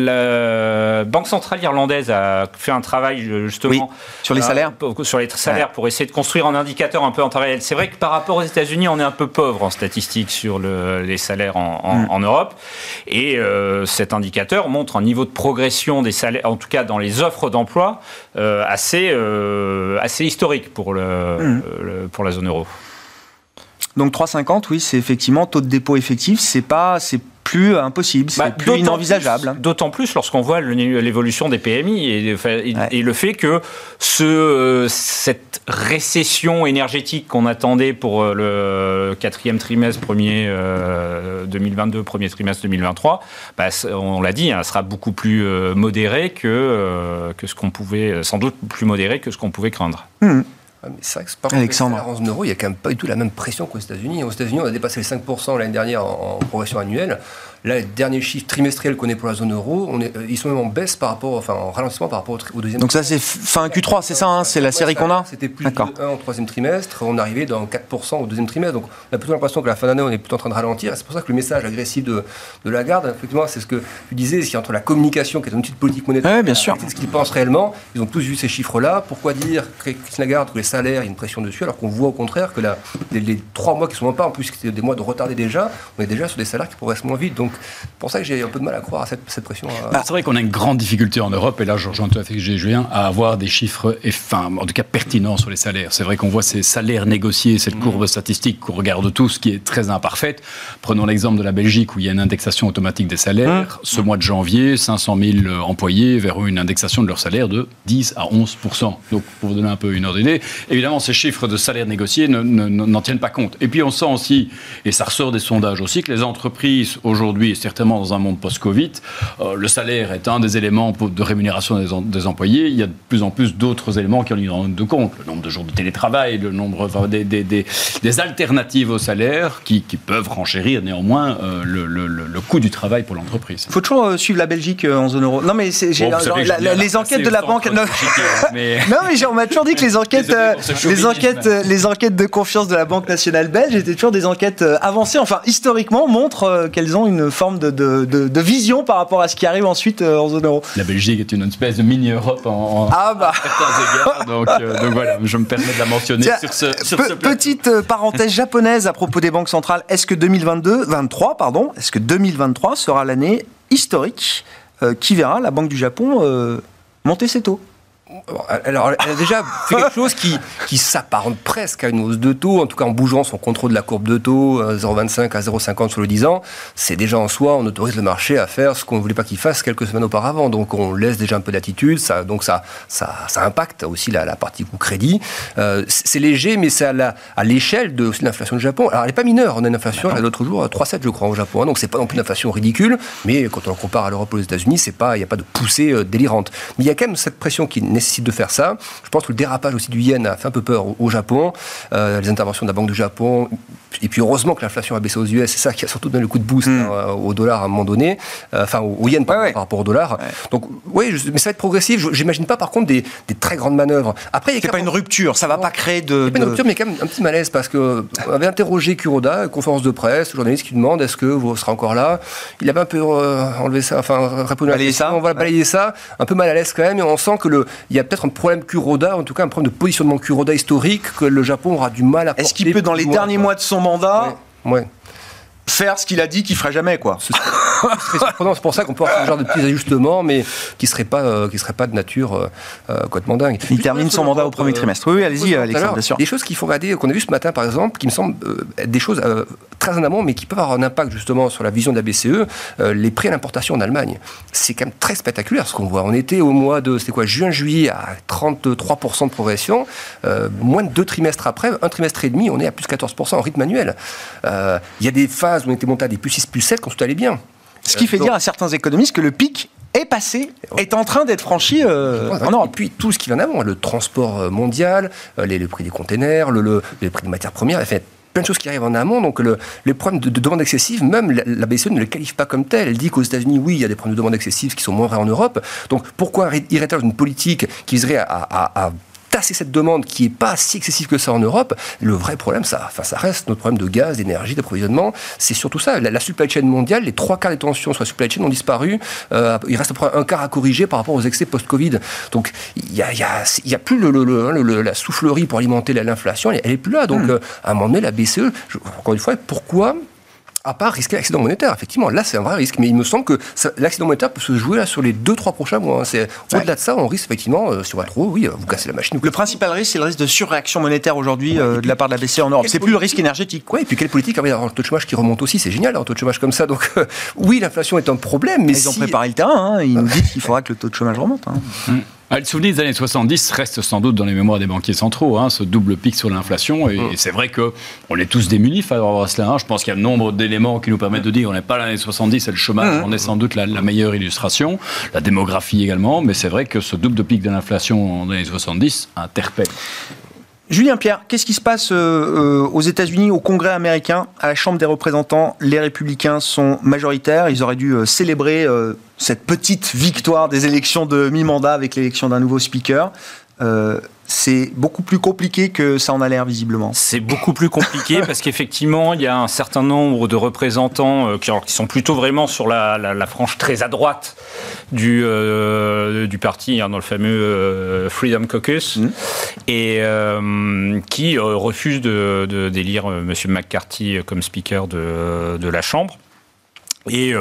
La Banque centrale irlandaise a fait un travail justement sur les salaires, pour essayer de construire un indicateur un peu en temps réel. C'est vrai que par rapport aux États-Unis, on est un peu pauvre en statistiques sur les salaires en Europe. Et cet indicateur montre un niveau de progression des salaires, en tout cas dans les offres d'emploi, assez historique pour la zone euro. Donc 3,50, oui, c'est effectivement taux de dépôt effectif. C'est plus impossible, c'est plus inenvisageable. D'autant plus lorsqu'on voit l'évolution des PMI et le fait que cette récession énergétique qu'on attendait pour le quatrième trimestre 2022, premier trimestre 2023, on l'a dit, elle sera beaucoup plus modérée que ce qu'on pouvait, sans doute plus modérée que ce qu'on pouvait craindre. Mais c'est vrai que par contre, en zone euro, il n'y a quand même pas du tout la même pression qu'aux États-Unis. Aux États-Unis, on a dépassé les 5% l'année dernière en progression annuelle. Là, les derniers chiffres trimestriels qu'on ait pour la zone euro, ils sont même en baisse en ralentissement par rapport au deuxième. Donc ça, c'est fin Q3, c'est ça, hein, c'est la série qu'on a. C'était plus de 1 au troisième trimestre, on arrivait dans 4% au deuxième trimestre. Donc on a plutôt l'impression que la fin d'année, on est plutôt en train de ralentir. Et c'est pour ça que le message agressif de Lagarde, effectivement, c'est ce que tu disais, c'est entre la communication, qui est un outil de politique monétaire, bien sûr. et ce qu'ils pensent réellement. Ils ont tous vu ces chiffres-là. Pourquoi dire que Christine Lagarde, que les salaires, il y a une pression dessus, alors qu'on voit au contraire que les 3 mois qui sont pas, en plus, c'était des mois de retardés déjà, on est déjà sur des salaires qui progressent moins vite. Donc pour ça que j'ai un peu de mal à croire à cette pression. C'est vrai qu'on a une grande difficulté en Europe, et là je rejoins tout à fait Julien, à avoir des chiffres, en tout cas pertinents sur les salaires. C'est vrai qu'on voit ces salaires négociés, cette courbe statistique qu'on regarde tous, qui est très imparfaite. Prenons l'exemple de la Belgique, où il y a une indexation automatique des salaires. Ce mois de janvier, 500 000 employés verront une indexation de leur salaire de 10 à 11%. Donc pour vous donner un peu une ordre d'idée, évidemment ces chiffres de salaires négociés n'en tiennent pas compte. Et puis on sent aussi, et ça ressort des sondages aussi, que les entreprises aujourd'hui, et certainement dans un monde post-Covid, le salaire est un des éléments de rémunération des employés. Il y a de plus en plus d'autres éléments qui en ligne de compte. Le nombre de jours de télétravail, le nombre des alternatives au salaire qui peuvent renchérir néanmoins le coût du travail pour l'entreprise. Il faut toujours suivre la Belgique en zone euro. Non, mais les enquêtes de la banque... Non, mais on m'a toujours dit que les enquêtes de confiance de la Banque nationale belge étaient toujours des enquêtes avancées. Enfin, historiquement, montrent qu'elles ont une forme de vision par rapport à ce qui arrive ensuite en zone euro. La Belgique est une espèce de mini-Europe à certains égards, donc voilà, je me permets de la mentionner sur ce petite parenthèse japonaise à propos des banques centrales. Est-ce que 2023 sera l'année historique qui verra la Banque du Japon monter ses taux? Alors, elle a déjà fait quelque chose qui s'apparente presque à une hausse de taux, en tout cas en bougeant son contrôle de la courbe de taux, 0,25 à 0,50 sur le 10 ans. C'est déjà en soi, on autorise le marché à faire ce qu'on ne voulait pas qu'il fasse quelques semaines auparavant. Donc on laisse déjà un peu d'attitude, ça impacte aussi la partie coût-crédit. C'est léger, mais c'est à l'échelle de l'inflation du Japon. Alors elle n'est pas mineure, on a une inflation, l'autre jour, 3,7 je crois au Japon. Donc c'est pas non plus une inflation ridicule, mais quand on compare à l'Europe ou aux États-Unis, il n'y a pas de poussée délirante. Mais il y a quand même cette pression qui nécessite de faire ça. Je pense que le dérapage aussi du yen a fait un peu peur au Japon, les interventions de la Banque du Japon, et puis heureusement que l'inflation a baissé aux US, c'est ça qui a surtout donné le coup de boost au dollar à un moment donné, au yen par rapport au dollar. Donc oui, mais ça va être progressif. J'imagine pas par contre des très grandes manœuvres. Après, c'est pas une rupture, ça va pas créer de... C'est pas une rupture, mais quand même un petit malaise, parce qu'on avait interrogé Kuroda, conférence de presse, le journaliste qui demande est-ce que vous serez encore là. Il avait un peu enlevé ça, répondu à la question, on va balayer ça, un peu mal à l'aise quand même, et on sent que il y a peut-être un problème Kuroda, en tout cas un problème de positionnement Kuroda historique, que le Japon aura du mal à porter. Est-ce qu'il peut, dans les derniers mois de son mandat, faire ce qu'il a dit qu'il ferait jamais, quoi? C'est surprenant, c'est pour ça qu'on peut avoir ce genre de petits ajustements, mais qui serait pas de nature complètement dingue. Il termine son mandat au premier trimestre. Oui, allez-y, Alexandre, bien sûr. Des choses qu'il faut regarder, qu'on a vu ce matin, par exemple, qui me semblent être des choses très en amont, mais qui peuvent avoir un impact justement sur la vision de la BCE, les prix à l'importation en Allemagne. C'est quand même très spectaculaire ce qu'on voit. On était au mois de, juin-juillet à 33% de progression. Moins de 2 trimestres après, un trimestre et demi, on est à plus 14% en rythme annuel. Il y a des phases où on était monté à des plus 6, plus 7 quand tout allait bien. Ce qui fait dire à certains économistes que le pic est passé, est en train d'être franchi en Europe. Et puis tout ce qui vient d'avant, le transport mondial, le prix des containers, les prix des matières premières, enfin, plein de choses qui arrivent en amont. Donc les problèmes de demande excessive, même la BCE ne le qualifie pas comme tel. Elle dit qu'aux États-Unis, oui, il y a des problèmes de demande excessive qui sont moins vrais en Europe. Donc pourquoi irait-elle dans une politique qui viserait à tasser cette demande qui n'est pas si excessive que ça en Europe? Le vrai problème, ça reste notre problème de gaz, d'énergie, d'approvisionnement. C'est surtout ça. La supply chain mondiale, les 3 quarts des tensions sur la supply chain ont disparu. Il reste à peu près un quart à corriger par rapport aux excès post-Covid. Donc, il y a plus la soufflerie pour alimenter l'inflation. Elle n'est plus là. Donc, à un moment donné, la BCE, encore une fois, pourquoi À part risquer l'accident monétaire, effectivement, là c'est un vrai risque. Mais il me semble que l'accident monétaire peut se jouer là sur les 2-3 prochains mois. Au-delà de ça, on risque effectivement, si on va trop, vous cassez la machine. Le principal risque, c'est le risque de surréaction monétaire aujourd'hui de la part de la BCE en Europe. C'est plus le risque énergétique. Oui, et puis quelle politique, avoir le taux de chômage qui remonte aussi, c'est génial, un taux de chômage comme ça. Donc oui, l'inflation est un problème, mais ils ont préparé le terrain, ils nous disent qu'il faudra que le taux de chômage remonte. Le souvenir des années 70 reste sans doute dans les mémoires des banquiers centraux, ce double pic sur l'inflation. Et c'est vrai qu'on est tous démunis face à cela. Je pense qu'il y a nombre d'éléments qui nous permettent de dire qu'on n'est pas l'année 70 et le chômage en est sans doute la meilleure illustration. La démographie également. Mais c'est vrai que ce double pic de l'inflation dans les années 70 interpelle. Julien Pierre, qu'est-ce qui se passe aux États-Unis, au Congrès américain, à la Chambre des représentants? Les républicains sont majoritaires. Ils auraient dû célébrer cette petite victoire des élections de mi-mandat avec l'élection d'un nouveau speaker. C'est beaucoup plus compliqué que ça en a l'air, visiblement. C'est beaucoup plus compliqué parce qu'effectivement, il y a un certain nombre de représentants qui sont plutôt vraiment sur la frange très à droite du parti, dans le fameux Freedom Caucus, et qui refusent d'élire M. McCarthy comme speaker de la Chambre. Et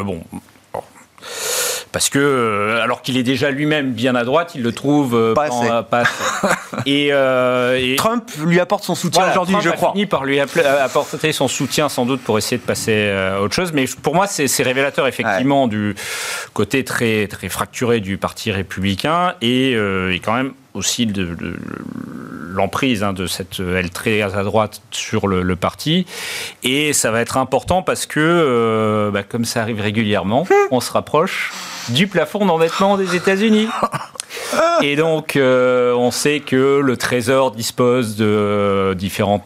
parce que, alors qu'il est déjà lui-même bien à droite, il le trouve pas assez. Et Trump lui apporte son soutien aujourd'hui, je crois. Trump a fini par lui apporter son soutien, sans doute, pour essayer de passer à autre chose. Mais pour moi, c'est révélateur, effectivement, du côté très, très fracturé du Parti républicain et quand même aussi de l'emprise de cette aile très à droite sur le parti. Et ça va être important parce que, comme ça arrive régulièrement, on se rapproche du plafond d'endettement des États-Unis. Et donc, on sait que le Trésor dispose de différents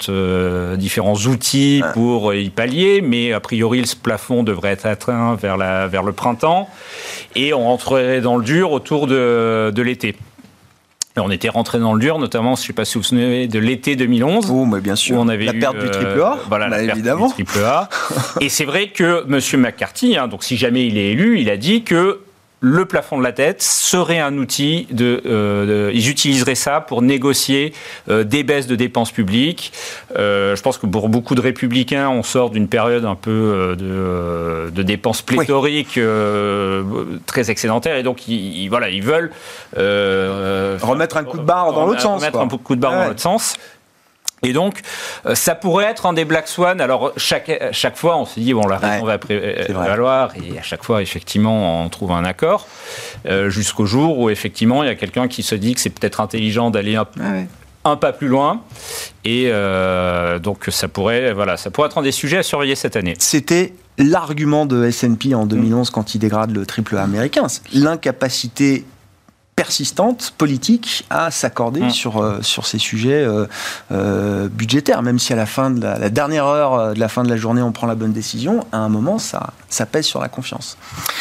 outils pour y pallier, mais a priori, ce plafond devrait être atteint vers le printemps, et on rentrerait dans le dur autour de l'été. Et on était rentré dans le dur, notamment, je ne sais pas si vous vous souvenez, de l'été 2011. Oh, mais bien sûr. Où on avait la perte du triple A. Voilà, la évidemment. perte du triple A. Et c'est vrai que M. McCarthy, donc si jamais il est élu, il a dit que le plafond de la dette serait un outil ils utiliseraient ça pour négocier des baisses de dépenses publiques. Je pense que pour beaucoup de républicains, on sort d'une période un peu de dépenses pléthoriques très excédentaires, et donc ils veulent remettre un coup de barre dans l'autre sens. Remettre un coup de barre dans l'autre sens. Et donc, ça pourrait être un des Black Swan. Alors, chaque fois, on se dit, la raison va prévaloir. Et à chaque fois, effectivement, on trouve un accord. Jusqu'au jour où, effectivement, il y a quelqu'un qui se dit que c'est peut-être intelligent d'aller un pas plus loin. Et donc, ça pourrait être un des sujets à surveiller cette année. C'était l'argument de S&P en 2011 quand il dégrade le triple A américain. L'incapacité persistante, politique, à s'accorder sur ces sujets budgétaires. Même si à la fin de la dernière heure de la fin de la journée, on prend la bonne décision, à un moment, ça pèse sur la confiance.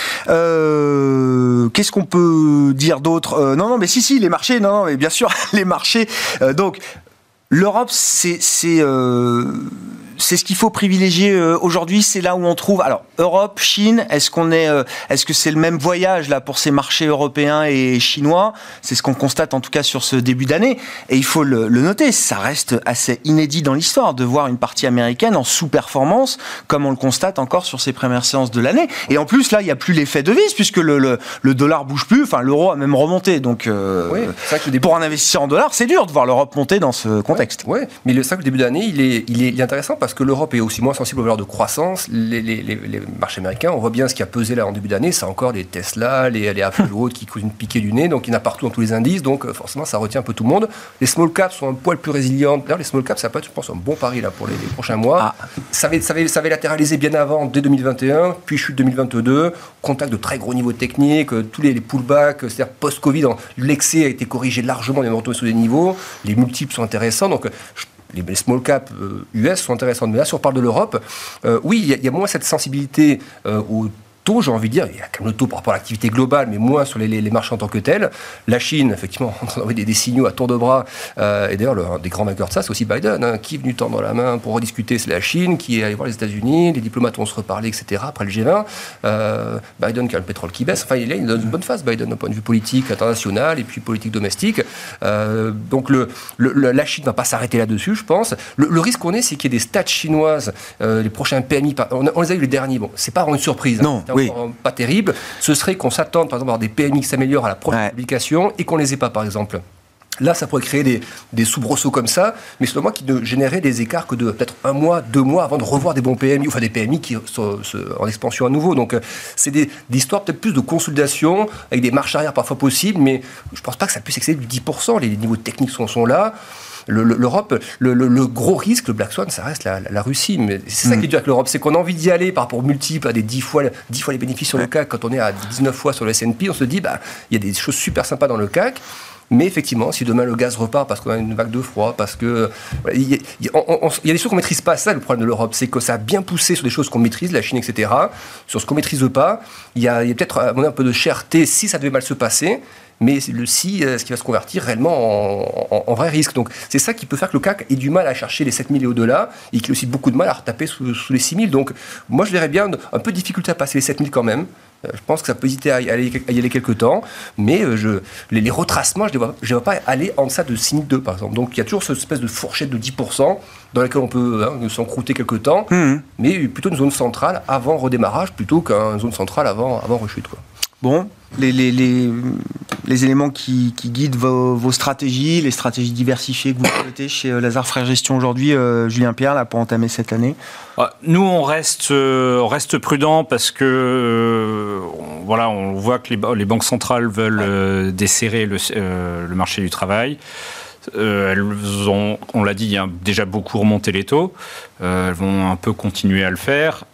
Qu'est-ce qu'on peut dire d'autre? Non, mais si, les marchés, non, mais bien sûr, les marchés. Donc, l'Europe, c'est ce qu'il faut privilégier aujourd'hui. C'est là où on trouve. Alors, Europe, Chine. Est-ce que c'est le même voyage là pour ces marchés européens et chinois? C'est ce qu'on constate en tout cas sur ce début d'année. Et il faut le noter. Ça reste assez inédit dans l'histoire de voir une partie américaine en sous-performance, comme on le constate encore sur ces premières séances de l'année. Et en plus, là, il n'y a plus l'effet devise puisque le dollar bouge plus. Enfin, l'euro a même remonté. Donc, c'est vrai que pour un investisseur en dollars, c'est dur de voir l'Europe monter dans ce contexte. Oui, mais c'est vrai que le début d'année, il est intéressant parce que l'Europe est aussi moins sensible aux valeurs de croissance. Les marchés américains, on voit bien ce qui a pesé là en début d'année, c'est encore les Tesla, les Apple ou autres qui causent une piquée du nez, donc il y en a partout dans tous les indices, donc forcément ça retient un peu tout le monde. Les small caps sont un poil plus résilientes. D'ailleurs, les small caps, ça peut être, je pense, un bon pari là, pour les prochains mois. Ça avait latéralisé bien avant, dès 2021, puis chute 2022, contact de très gros niveaux techniques, tous les pullbacks, c'est-à-dire post-Covid, l'excès a été corrigé largement, on est retourné sur des niveaux, les multiples sont intéressants, donc les small caps US sont intéressantes. Mais là, si on parle de l'Europe, oui, il y a moins cette sensibilité aux taux, j'ai envie de dire, il y a quand même le taux par rapport à l'activité globale, mais moins sur les marchés en tant que tels. La Chine, effectivement, on a envoyé des signaux à tour de bras. Et d'ailleurs, un des grands vainqueurs de ça, c'est aussi Biden, qui est venu tendre la main pour rediscuter, c'est la Chine, qui est allé voir les États-Unis, les diplomates vont se reparler, etc. Après le G20, Biden qui a le pétrole qui baisse. Enfin, il est dans une bonne phase, Biden, d'un point de vue politique international et puis politique domestique. Donc la Chine ne va pas s'arrêter là-dessus, je pense. Le risque qu'on ait, c'est qu'il y ait des stats chinoises, les prochains PMI, on les a eu les derniers. Bon, c'est pas vraiment une surprise. Non, oui. Pas terrible. Ce serait qu'on s'attende, par exemple, à avoir des PMI qui s'améliorent à la prochaine publication et qu'on les ait pas, par exemple. Là, ça pourrait créer des soubresauts comme ça, mais selon moi, qui ne généraient des écarts que de peut-être 1 mois, 2 mois avant de revoir des bons PMI, enfin des PMI qui sont en expansion à nouveau. Donc, c'est des histoires peut-être plus de consolidation, avec des marches arrière parfois possibles, mais je ne pense pas que ça puisse excéder du 10%. Les niveaux techniques sont là. L'Europe, le gros risque, le Black Swan, ça reste la Russie. Mais c'est ça qui est dur avec l'Europe, c'est qu'on a envie d'y aller par rapport multiples, à des 10 fois les bénéfices sur le CAC. Quand on est à 19 fois sur le S&P, on se dit, il y a des choses super sympas dans le CAC. Mais effectivement, si demain le gaz repart parce qu'on a une vague de froid, parce que il y a des choses qu'on maîtrise pas. Ça, le problème de l'Europe, c'est que ça a bien poussé sur des choses qu'on maîtrise, la Chine, etc. Sur ce qu'on maîtrise pas, il y a peut-être un peu de cherté si ça devait mal se passer. Mais ce qui va se convertir réellement en vrai risque. Donc c'est ça qui peut faire que le CAC ait du mal à chercher les 7000 et au-delà, et qu'il ait aussi beaucoup de mal à retaper sous les 6000. Donc moi je verrais bien un peu de difficulté à passer les 7000 quand même. Je pense que ça peut hésiter à y aller quelques temps, mais les retracements, je ne vois pas aller en deçà de 6002 par exemple. Donc il y a toujours cette espèce de fourchette de 10% dans laquelle on peut s'encrouter quelques temps, mais plutôt une zone centrale avant redémarrage plutôt qu'une zone centrale avant rechute, quoi. Bon, les éléments qui guident vos stratégies, les stratégies diversifiées que vous souhaitez chez Lazard Frères Gestion aujourd'hui, Julien Pierre, là, pour entamer cette année. Nous, on reste prudent parce que on voit que les banques centrales veulent desserrer le marché du travail. Elles ont, on l'a dit, déjà beaucoup remonté les taux. Elles vont un peu continuer à le faire.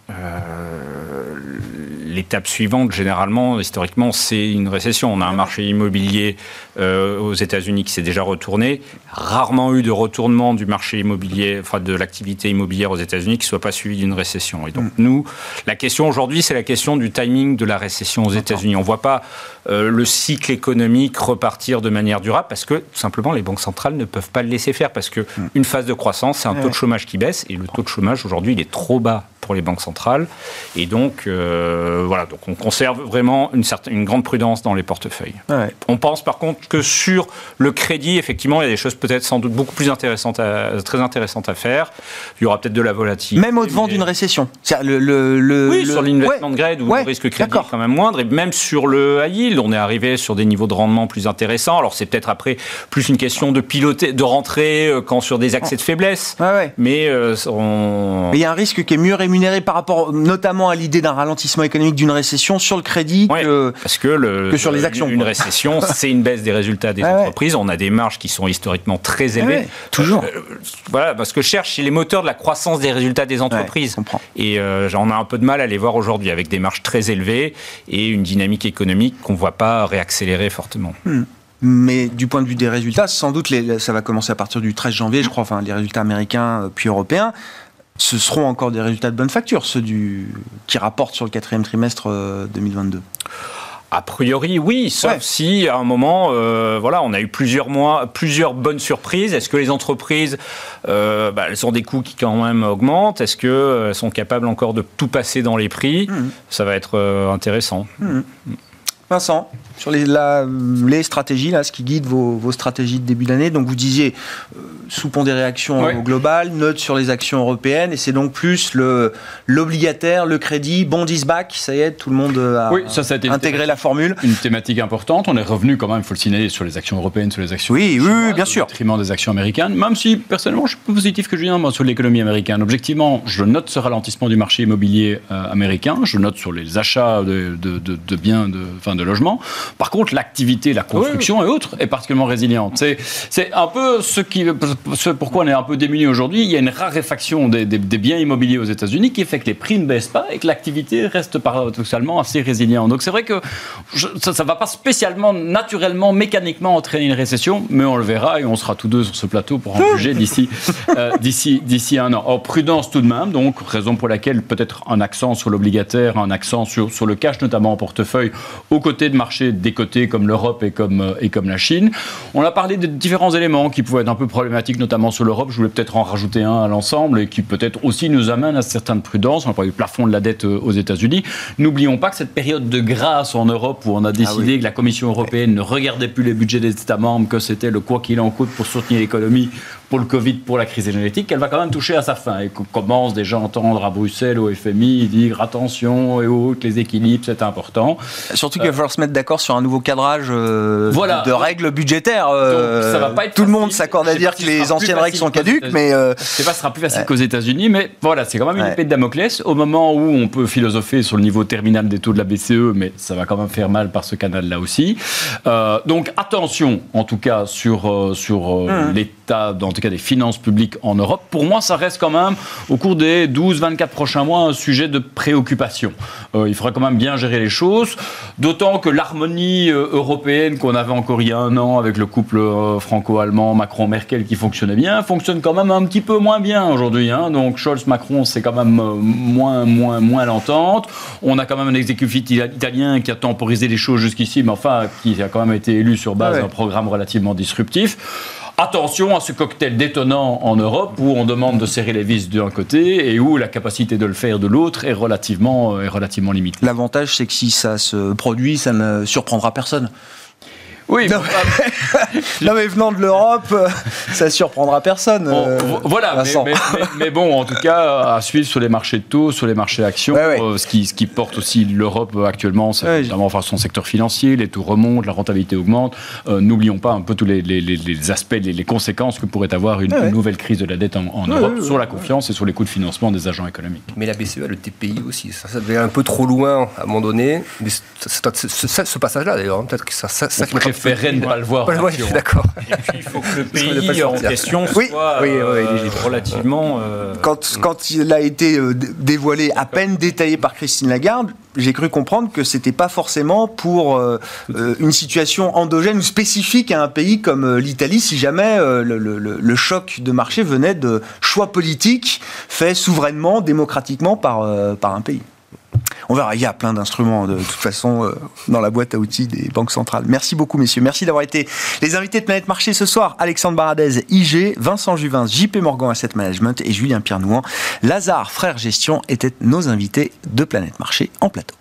L'étape suivante, généralement, historiquement, c'est une récession. On a un marché immobilier aux États-Unis qui s'est déjà retourné. Rarement eu de retournement du marché immobilier, enfin de l'activité immobilière aux États-Unis qui ne soit pas suivi d'une récession. Et donc, nous, la question aujourd'hui, c'est la question du timing de la récession aux États-Unis. On ne voit pas le cycle économique repartir de manière durable parce que, tout simplement, les banques centrales ne peuvent pas le laisser faire parce qu'une phase de croissance, c'est un taux de chômage qui baisse et le taux de chômage, aujourd'hui, il est trop bas pour les banques centrales. Et donc, donc on conserve vraiment une grande prudence dans les portefeuilles. Ouais. On pense par contre que sur le crédit, effectivement, il y a des choses peut-être sans doute beaucoup plus très intéressantes à faire. Il y aura peut-être de la volatilité. Même au-devant d'une récession. Sur l'investment grade où le risque crédit est quand même moindre. Et même sur le high yield, on est arrivé sur des niveaux de rendement plus intéressants. Alors c'est peut-être après plus une question de piloter, de rentrer quand sur des accès de faiblesse. Mais il y a un risque qui est mieux rémunéré par rapport notamment à l'idée d'un ralentissement économique d'une récession sur le crédit parce que sur les actions. Une récession, c'est une baisse des résultats des entreprises. On a des marges qui sont historiquement très élevées. Toujours. Parce que je cherche les moteurs de la croissance des résultats des entreprises. Et on a un peu de mal à les voir aujourd'hui avec des marges très élevées et une dynamique économique qu'on ne voit pas réaccélérer fortement. Mais du point de vue des résultats, sans doute, ça va commencer à partir du 13 janvier, je crois, les résultats américains puis européens. Ce seront encore des résultats de bonne facture, ceux qui rapportent sur le 4e trimestre 2022. A priori, oui, sauf si à un moment, on a eu plusieurs bonnes surprises. Est-ce que les entreprises, elles ont des coûts qui quand même augmentent? Est-ce qu'elles sont capables encore de tout passer dans les prix? Ça va être intéressant. Vincent, sur les stratégies, ce qui guide vos stratégies de début d'année, donc vous disiez sous-pondéré actions au global, note sur les actions européennes, et c'est donc plus l'obligataire, le crédit, bond is back, ça y est, tout le monde a intégré la formule. Une thématique importante, on est revenu quand même, il faut le signaler, sur les actions européennes, sur les actions chinoises, bien sûr, au détriment des actions américaines, même si personnellement je suis plus positif que Julien sur l'économie américaine. Objectivement, je note ce ralentissement du marché immobilier américain, je note sur les achats de biens, de logements. Par contre, l'activité, la construction et autres est particulièrement résiliente. C'est un peu ce qui ce pourquoi on est un peu démunis aujourd'hui, il y a une raréfaction des biens immobiliers aux États-Unis qui fait que les prix ne baissent pas et que l'activité reste paradoxalement assez résiliente. Donc c'est vrai que ça ne va pas spécialement, naturellement, mécaniquement entraîner une récession, mais on le verra et on sera tous deux sur ce plateau pour en juger d'ici un an. Or, prudence tout de même, donc raison pour laquelle peut-être un accent sur l'obligataire, un accent sur le cash, notamment en portefeuille, aux côtés de marchés décotés comme l'Europe et comme la Chine. On a parlé de différents éléments qui pouvaient être un peu problématiques, notamment sur l'Europe. Je voulais peut-être en rajouter un à l'ensemble et qui peut-être aussi nous amène à certaines prudences. On a parlé du plafond de la dette aux États-Unis. N'oublions pas que cette période de grâce en Europe où on a décidé que la Commission européenne ne regardait plus les budgets des États membres, que c'était le quoi qu'il en coûte pour soutenir l'économie, pour le Covid, pour la crise énergétique, elle va quand même toucher à sa fin. Et qu'on commence déjà à entendre à Bruxelles, au FMI, dire attention et autres, les équilibres, c'est important. Surtout qu'il va falloir se mettre d'accord sur un nouveau cadrage de règles budgétaires. Donc, ça va pas être tout facile. le monde s'accorde à dire que les anciennes règles sont caduques, mais... Je sais pas, ce sera plus facile qu'aux États-Unis, mais voilà, c'est quand même une épée de Damoclès. Au moment où on peut philosopher sur le niveau terminal des taux de la BCE, mais ça va quand même faire mal par ce canal-là aussi. Donc attention, en tout cas, sur l'état, en tout cas des finances publiques en Europe. Pour moi, ça reste quand même, au cours des 12-24 prochains mois, un sujet de préoccupation. Il faudra quand même bien gérer les choses, d'autant que l'harmonie européenne qu'on avait encore il y a un an avec le couple franco-allemand, Macron-Merkel, qui fonctionnait bien, fonctionne quand même un petit peu moins bien aujourd'hui. Donc Scholz-Macron, c'est quand même moins l'entente. On a quand même un exécutif italien qui a temporisé les choses jusqu'ici, mais enfin, qui a quand même été élu sur base d'un programme relativement disruptif. Attention à ce cocktail détonnant en Europe où on demande de serrer les vis d'un côté et où la capacité de le faire de l'autre est relativement limitée. L'avantage, c'est que si ça se produit, ça ne surprendra personne. Oui, non mais venant de l'Europe, ça surprendra personne. Voilà, mais bon, en tout cas, à suivre sur les marchés de taux, sur les marchés actions, ce qui porte aussi l'Europe actuellement, c'est notamment son secteur financier, les taux remontent, la rentabilité augmente. N'oublions pas un peu tous les aspects, les conséquences que pourrait avoir une nouvelle crise de la dette en Europe sur la confiance et sur les coûts de financement des agents économiques. Mais la BCE a le TPI aussi, ça devient un peu trop loin à un moment donné. Mais ce passage-là d'ailleurs, peut-être que ça préférerait ne pas le voir. D'accord. Et puis il faut que le pays en question soit relativement... Quand il a été dévoilé, à peine détaillé par Christine Lagarde, j'ai cru comprendre que c'était pas forcément pour une situation endogène ou spécifique à un pays comme l'Italie, si jamais le choc de marché venait de choix politiques faits souverainement, démocratiquement par un pays. On verra, il y a plein d'instruments de toute façon dans la boîte à outils des banques centrales. Merci beaucoup messieurs, merci d'avoir été les invités de Planète Marché ce soir. Alexandre Baradez, IG, Vincent Juvin, JP Morgan Asset Management et Julien Pierre-Nouan, Lazare Frères Gestion étaient nos invités de Planète Marché en plateau.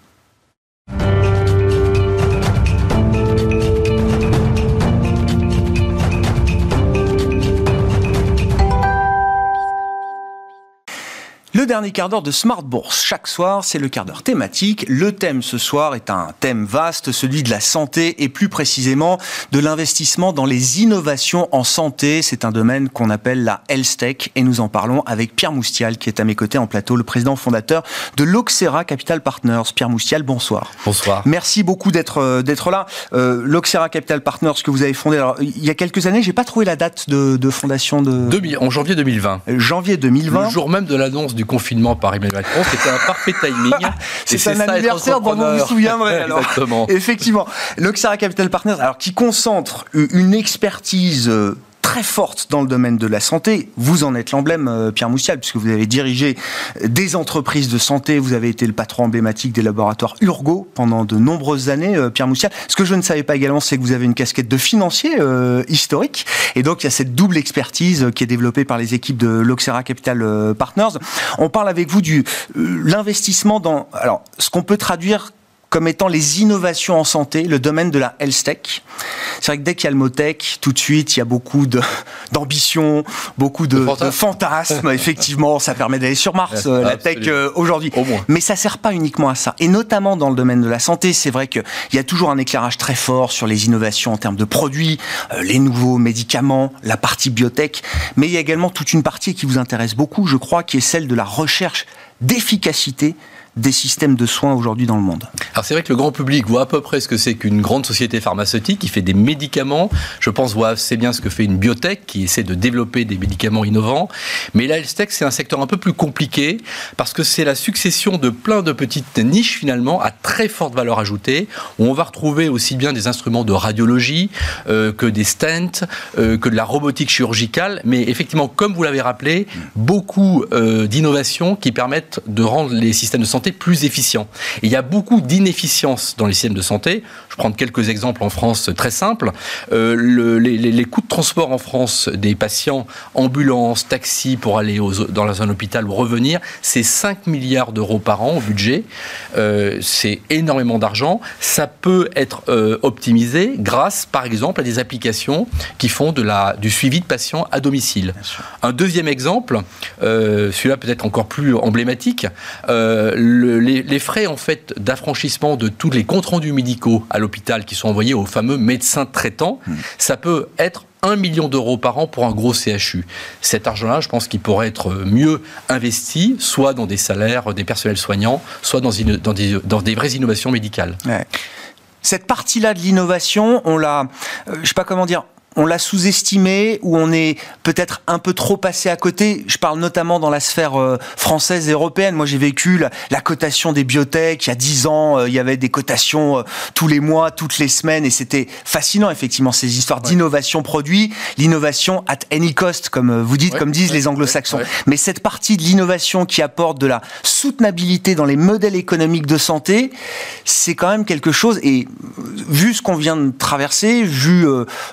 Le dernier quart d'heure de Smart Bourse. Chaque soir, c'est le quart d'heure thématique. Le thème ce soir est un thème vaste, celui de la santé et plus précisément de l'investissement dans les innovations en santé. C'est un domaine qu'on appelle la Health Tech et nous en parlons avec Pierre Moustial qui est à mes côtés en plateau, le président fondateur de l'Oxera Capital Partners. Pierre Moustial, bonsoir. Bonsoir. Merci beaucoup d'être là. L'Oxera Capital Partners que vous avez fondé alors, il y a quelques années, j'ai pas trouvé la date de fondation en janvier 2020. Janvier 2020. Le jour même de l'annonce du confinement par Emmanuel Macron, c'était un parfait timing. C'est un anniversaire dont vous vous souviendrez. Alors. Exactement. Effectivement. L'Oxera Capital Partners, alors qui concentre une expertise très forte dans le domaine de la santé. Vous en êtes l'emblème, Pierre Moustial, puisque vous avez dirigé des entreprises de santé, vous avez été le patron emblématique des laboratoires Urgo pendant de nombreuses années, Pierre Moustial. Ce que je ne savais pas également, c'est que vous avez une casquette de financier historique, et donc il y a cette double expertise qui est développée par les équipes de l'Oxera Capital Partners. On parle avec vous de l'investissement dans, alors, ce qu'on peut traduire comme étant les innovations en santé, le domaine de la health tech. C'est vrai que dès qu'il y a le mot tech, tout de suite, il y a beaucoup d'ambition, beaucoup de fantasmes. Effectivement, ça permet d'aller sur Mars, la tech aujourd'hui. Mais ça ne sert pas uniquement à ça. Et notamment dans le domaine de la santé, c'est vrai qu'il y a toujours un éclairage très fort sur les innovations en termes de produits, les nouveaux médicaments, la partie biotech. Mais il y a également toute une partie qui vous intéresse beaucoup, je crois, qui est celle de la recherche d'efficacité des systèmes de soins aujourd'hui dans le monde? Alors c'est vrai que le grand public voit à peu près ce que c'est qu'une grande société pharmaceutique qui fait des médicaments. Je pense voit assez bien ce que fait une biotech qui essaie de développer des médicaments innovants. Mais la health tech, c'est un secteur un peu plus compliqué parce que c'est la succession de plein de petites niches finalement à très forte valeur ajoutée où on va retrouver aussi bien des instruments de radiologie que des stents, que de la robotique chirurgicale. Mais effectivement, comme vous l'avez rappelé, beaucoup d'innovations qui permettent de rendre les systèmes de santé plus efficients. Et il y a beaucoup d'inefficience dans les systèmes de santé. Je vais prendre quelques exemples en France très simples. Les coûts de transport en France des patients, ambulances, taxis pour aller dans un hôpital ou revenir, c'est 5 milliards d'euros par an au budget. C'est énormément d'argent. Ça peut être optimisé grâce, par exemple, à des applications qui font du suivi de patients à domicile. Un deuxième exemple, celui-là peut-être encore plus emblématique, les frais en fait d'affranchissement de tous les comptes rendus médicaux à l'hôpital qui sont envoyés aux fameux médecins traitants, ça peut être 1 million d'euros par an pour un gros CHU. Cet argent-là, je pense qu'il pourrait être mieux investi, soit dans des salaires des personnels soignants, soit dans des vraies innovations médicales. Ouais. Cette partie-là de l'innovation, on l'a, je sais pas comment dire, on l'a sous-estimé ou on est peut-être un peu trop passé à côté. Je parle notamment dans la sphère française et européenne. Moi, j'ai vécu la cotation des biotech. Il y a 10 ans, il y avait des cotations tous les mois, toutes les semaines, et c'était fascinant, effectivement, ces histoires d'innovation produit, l'innovation at any cost, comme vous dites, comme disent les anglo-saxons. Mais cette partie de l'innovation qui apporte de la soutenabilité dans les modèles économiques de santé, c'est quand même quelque chose, et vu ce qu'on vient de traverser, vu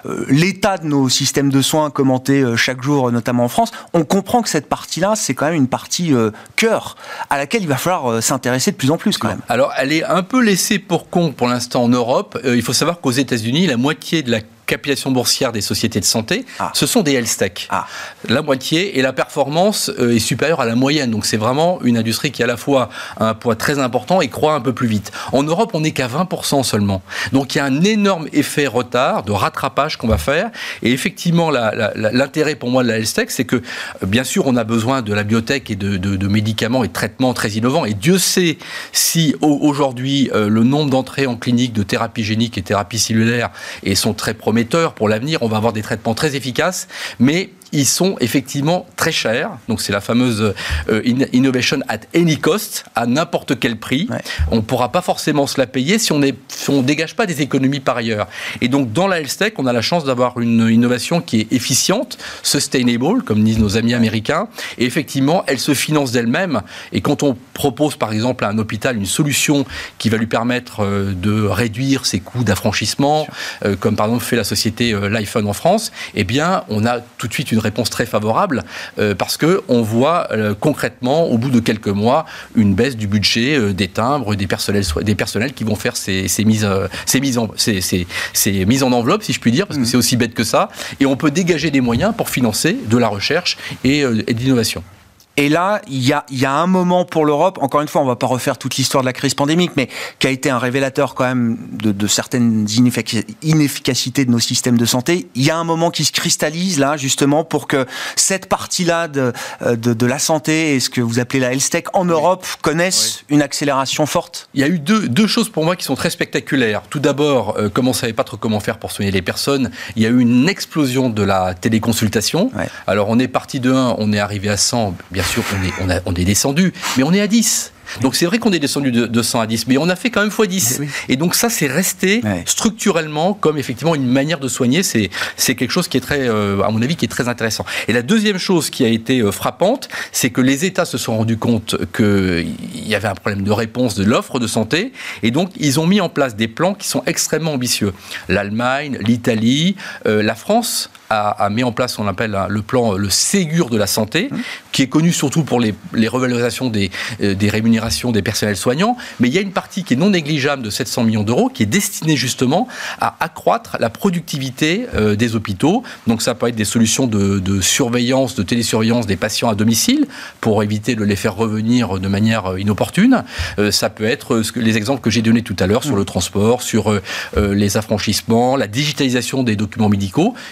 l'état de nos systèmes de soins commentés chaque jour, notamment en France, on comprend que cette partie-là, c'est quand même une partie cœur à laquelle il va falloir s'intéresser de plus en plus quand même. Alors, elle est un peu laissée pour compte pour l'instant en Europe. Il faut savoir qu'aux États-Unis, la moitié de la capitalisation boursière des sociétés de santé, ce sont des health tech. La moitié, et la performance est supérieure à la moyenne. Donc c'est vraiment une industrie qui à la fois a un poids très important et croît un peu plus vite. En Europe, on n'est qu'à 20% seulement. Donc il y a un énorme effet retard, de rattrapage qu'on va faire. Et effectivement, l'intérêt pour moi de la health tech, c'est que bien sûr, on a besoin de la biotech et de médicaments et de traitements très innovants. Et Dieu sait si aujourd'hui, le nombre d'entrées en clinique de thérapie génique et thérapie cellulaire sont très prometteurs pour l'avenir. On va avoir des traitements très efficaces, mais ils sont effectivement très chers. Donc c'est la fameuse innovation at any cost, à n'importe quel prix. On ne pourra pas forcément se la payer si on ne dégage pas des économies par ailleurs. Et donc dans la health tech, on a la chance d'avoir une innovation qui est efficiente, sustainable, comme disent nos amis américains. Et effectivement, elle se finance d'elle-même. Et quand on propose par exemple à un hôpital une solution qui va lui permettre de réduire ses coûts d'affranchissement, comme par exemple fait la société l'iPhone en France, eh bien on a tout de suite une réponse très favorable parce qu'on voit concrètement au bout de quelques mois une baisse du budget des timbres, des personnels qui vont faire ces mises en enveloppe, si je puis dire, parce que c'est aussi bête que ça, et on peut dégager des moyens pour financer de la recherche et de l'innovation. Et là, il y a un moment pour l'Europe, encore une fois, on ne va pas refaire toute l'histoire de la crise pandémique, mais qui a été un révélateur quand même de certaines inefficacités de nos systèmes de santé. Il y a un moment qui se cristallise là, justement, pour que cette partie-là de la santé et ce que vous appelez la health tech en Europe connaissent une accélération forte. Il y a eu deux choses pour moi qui sont très spectaculaires. Tout d'abord, comme on ne savait pas trop comment faire pour soigner les personnes, il y a eu une explosion de la téléconsultation. Alors on est parti de 1, on est arrivé à 100, bien sûr on est descendu, mais on est à 10. Donc c'est vrai qu'on est descendu de 100 à 10, mais on a fait quand même x10. Et donc ça, c'est resté structurellement comme effectivement une manière de soigner. C'est quelque chose qui est très, à mon avis, qui est très intéressant. Et la deuxième chose qui a été frappante, c'est que les États se sont rendus compte qu'il y avait un problème de réponse de l'offre de santé, et donc ils ont mis en place des plans qui sont extrêmement ambitieux. L'Allemagne, l'Italie, la France a mis en place ce qu'on appelle le plan, le Ségur de la santé, qui est connu surtout pour les revalorisations des rémunérations des personnels soignants, mais il y a une partie qui est non négligeable de 700 millions d'euros qui est destinée justement à accroître la productivité des hôpitaux. Donc ça peut être des solutions de surveillance, de télésurveillance des patients à domicile pour éviter de les faire revenir de manière inopportune. Ça peut être les exemples que j'ai donnés tout à l'heure sur le transport, sur les affranchissements, la digitalisation des documents médicaux, et puis on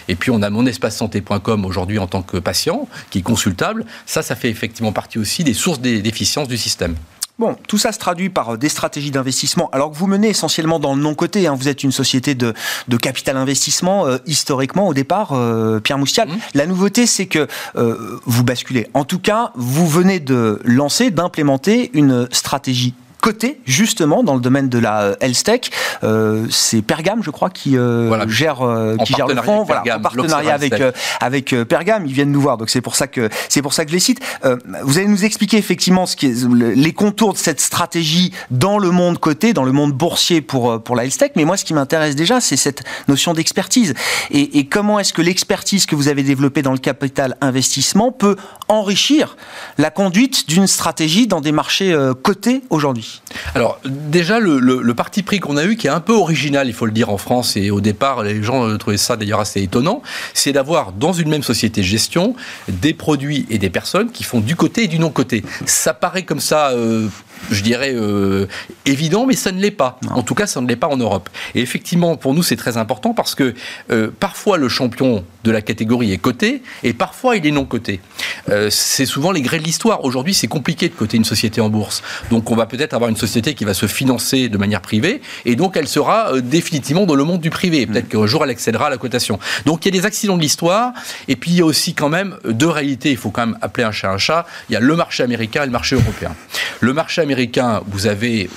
a monespacesanté.com aujourd'hui en tant que patient, qui est consultable. Ça fait effectivement partie aussi des sources d'efficience du système. Bon, tout ça se traduit par des stratégies d'investissement, alors que vous menez essentiellement dans le non-coté. Vous êtes une société de capital investissement, historiquement, au départ, Pierre Moustial. La nouveauté, c'est que vous basculez. En tout cas, vous venez d'implémenter une stratégie côté, justement, dans le domaine de la health tech. C'est Pergame, je crois, qui gère le fonds. Voilà, en partenariat avec Pergame. Ils viennent nous voir, donc c'est pour ça que je les cite. Vous allez nous expliquer effectivement les contours de cette stratégie dans le monde coté, dans le monde boursier pour la health tech. Mais moi, ce qui m'intéresse déjà, c'est cette notion d'expertise. Et comment est-ce que l'expertise que vous avez développée dans le capital investissement peut enrichir la conduite d'une stratégie dans des marchés cotés aujourd'hui? Alors déjà le parti pris qu'on a eu, qui est un peu original, il faut le dire, en France, et au départ les gens trouvaient ça d'ailleurs assez étonnant, c'est d'avoir dans une même société de gestion des produits et des personnes qui font du côté et du non côté. Ça paraît comme ça, je dirais évident, mais ça ne l'est pas. Non. En tout cas, ça ne l'est pas en Europe. Et effectivement, pour nous, c'est très important parce que parfois le champion de la catégorie est coté et parfois il est non coté. C'est souvent les grès de l'histoire. Aujourd'hui, c'est compliqué de coter une société en bourse. Donc on va peut-être avoir une société qui va se financer de manière privée et donc elle sera définitivement dans le monde du privé. Peut-être qu'un jour elle accédera à la cotation. Donc il y a des accidents de l'histoire et puis il y a aussi quand même deux réalités. Il faut quand même appeler un chat un chat. Il y a le marché américain et le marché européen. Le marché américain, vous avez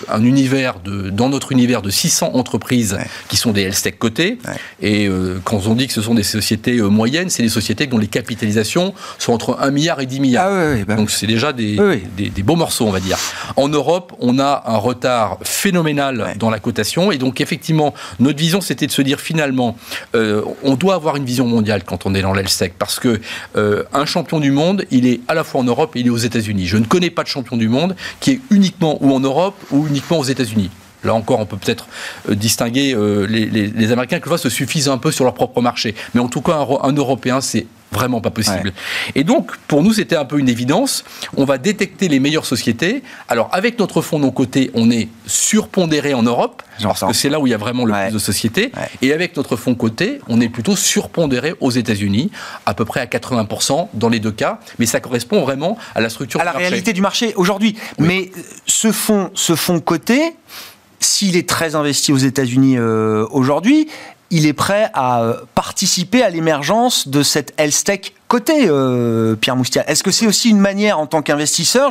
dans notre univers de 600 entreprises qui sont des health tech cotées. Et quand on dit que ce sont des sociétés moyennes, c'est des sociétés dont les capitalisations sont entre 1 milliard et 10 milliards. Donc c'est déjà des beaux morceaux, on va dire. En Europe, on a un retard phénoménal dans la cotation. Et donc effectivement, notre vision, c'était de se dire finalement, on doit avoir une vision mondiale quand on est dans l'health tech. Parce que un champion du monde, il est à la fois en Europe et il est aux États-Unis. Je ne connais pas de champion du monde qui est uniquement ou en Europe ou uniquement aux États-Unis. Là encore, on peut peut-être distinguer les Américains qui se suffisent un peu sur leur propre marché. Mais en tout cas, un Européen, c'est vraiment pas possible. Et donc, pour nous, c'était un peu une évidence. On va détecter les meilleures sociétés. Alors, avec notre fonds non coté, on est surpondéré en Europe, parce que c'est là où il y a vraiment le plus de sociétés. Et avec notre fonds coté, on est plutôt surpondéré aux États-Unis, à peu près à 80% dans les deux cas. Mais ça correspond vraiment à la structure du marché. À la réalité du marché aujourd'hui. Oui. Mais ce fonds coté, s'il est très investi aux États-Unis aujourd'hui, il est prêt à participer à l'émergence de cette health tech cotée, Pierre Moustial. Est-ce que c'est aussi une manière, en tant qu'investisseur,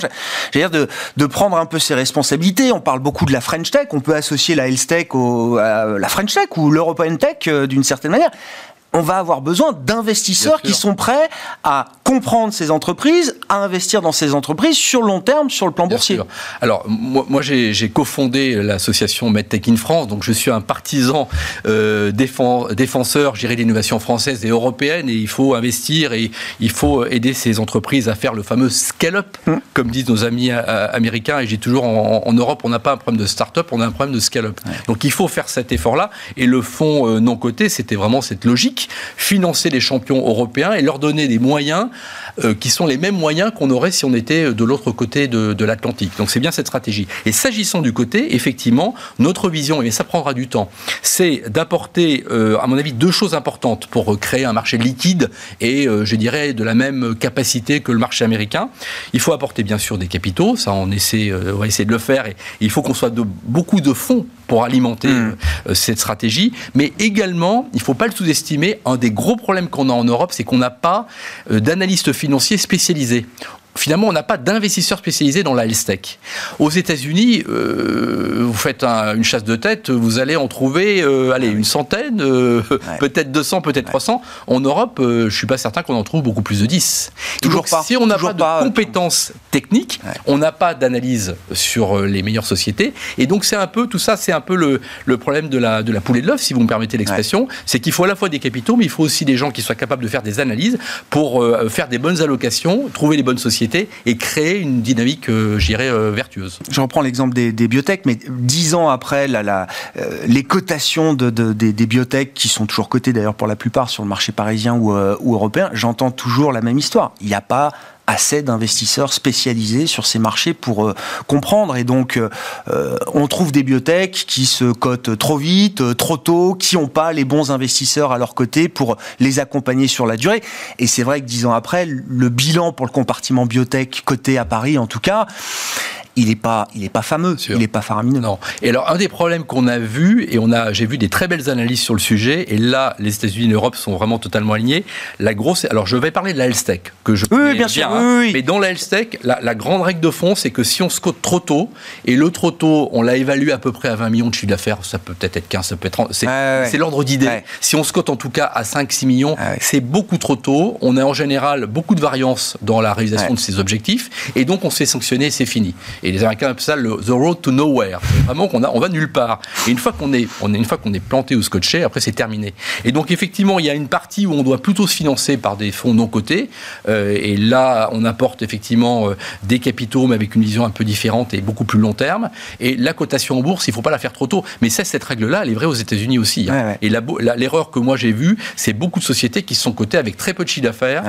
de prendre un peu ses responsabilités? On parle beaucoup de la French Tech, on peut associer la health tech à la French Tech ou l'European Tech d'une certaine manière. On va avoir besoin d'investisseurs qui sont prêts à comprendre ces entreprises, à investir dans ces entreprises sur le long terme, sur le plan boursier. Alors, moi j'ai cofondé l'association MedTech in France, donc je suis un partisan défenseur, je dirais, de l'innovation française et européenne, et il faut investir et il faut aider ces entreprises à faire le fameux scale-up, comme disent nos amis américains, et j'ai toujours, en Europe, on n'a pas un problème de start-up, on a un problème de scale-up. Donc il faut faire cet effort-là, et le fonds non coté, c'était vraiment cette logique, financer les champions européens et leur donner des moyens qui sont les mêmes moyens qu'on aurait si on était de l'autre côté de l'Atlantique. Donc c'est bien cette stratégie. Et s'agissant du côté, effectivement, notre vision, et ça prendra du temps, c'est d'apporter, à mon avis, deux choses importantes pour créer un marché liquide et, je dirais, de la même capacité que le marché américain. Il faut apporter, bien sûr, des capitaux. Ça, on va essayer de le faire. Et il faut qu'on soit beaucoup de fonds pour alimenter cette stratégie. Mais également, il ne faut pas le sous-estimer, un des gros problèmes qu'on a en Europe, c'est qu'on n'a pas d'analystes financiers spécialisés. Finalement, on n'a pas d'investisseurs spécialisés dans la health tech. Aux États-Unis, vous faites une chasse de tête, vous allez en trouver une centaine, peut-être 200, peut-être 300. En Europe, je ne suis pas certain qu'on en trouve beaucoup plus de 10. Toujours pas. Si on n'a pas de compétences techniques, on n'a pas d'analyse sur les meilleures sociétés. Et donc, c'est un peu tout ça, c'est un peu le problème de la poule et de l'œuf, si vous me permettez l'expression. C'est qu'il faut à la fois des capitaux, mais il faut aussi des gens qui soient capables de faire des analyses pour faire des bonnes allocations, trouver les bonnes sociétés et créer une dynamique, je dirais, vertueuse. Je reprends l'exemple des biotech, mais 10 ans après les cotations des biotech, qui sont toujours cotées d'ailleurs pour la plupart sur le marché parisien ou européen, j'entends toujours la même histoire. Il n'y a pas assez d'investisseurs spécialisés sur ces marchés pour comprendre. Et donc, on trouve des biotech qui se cotent trop vite, trop tôt, qui n'ont pas les bons investisseurs à leur côté pour les accompagner sur la durée. Et c'est vrai que 10 ans après, le bilan pour le compartiment biotech coté à Paris, en tout cas, il n'est pas fameux, il n'est pas faramineux. Non. Et alors, un des problèmes qu'on a vu, et j'ai vu des très belles analyses sur le sujet, et là, les États-Unis et l'Europe sont vraiment totalement alignés. Alors, je vais parler de la health tech, que je connais bien sûr, oui. Mais dans la health tech, la grande règle de fond, c'est que si on se cote trop tôt, et le trop tôt, on l'a évalué à peu près à 20 millions de chiffre d'affaires, ça peut peut-être être 15, ça peut être 30, c'est l'ordre d'idée. Ouais. Si on se cote en tout cas à 5-6 millions, c'est beaucoup trop tôt. On a en général beaucoup de variance dans la réalisation de ces objectifs, et donc on se fait sanctionner et c'est fini. Et les Américains appellent ça the road to nowhere. C'est vraiment on va nulle part. Et une fois qu'on est planté ou scotché, après c'est terminé. Et donc effectivement, il y a une partie où on doit plutôt se financer par des fonds non cotés. Et là, on apporte effectivement des capitaux, mais avec une vision un peu différente et beaucoup plus long terme. Et la cotation en bourse, il ne faut pas la faire trop tôt. Mais cette règle-là, elle est vraie aux États-Unis aussi. Hein. Et l'erreur que moi j'ai vue, c'est beaucoup de sociétés qui sont cotées avec très peu de chiffre d'affaires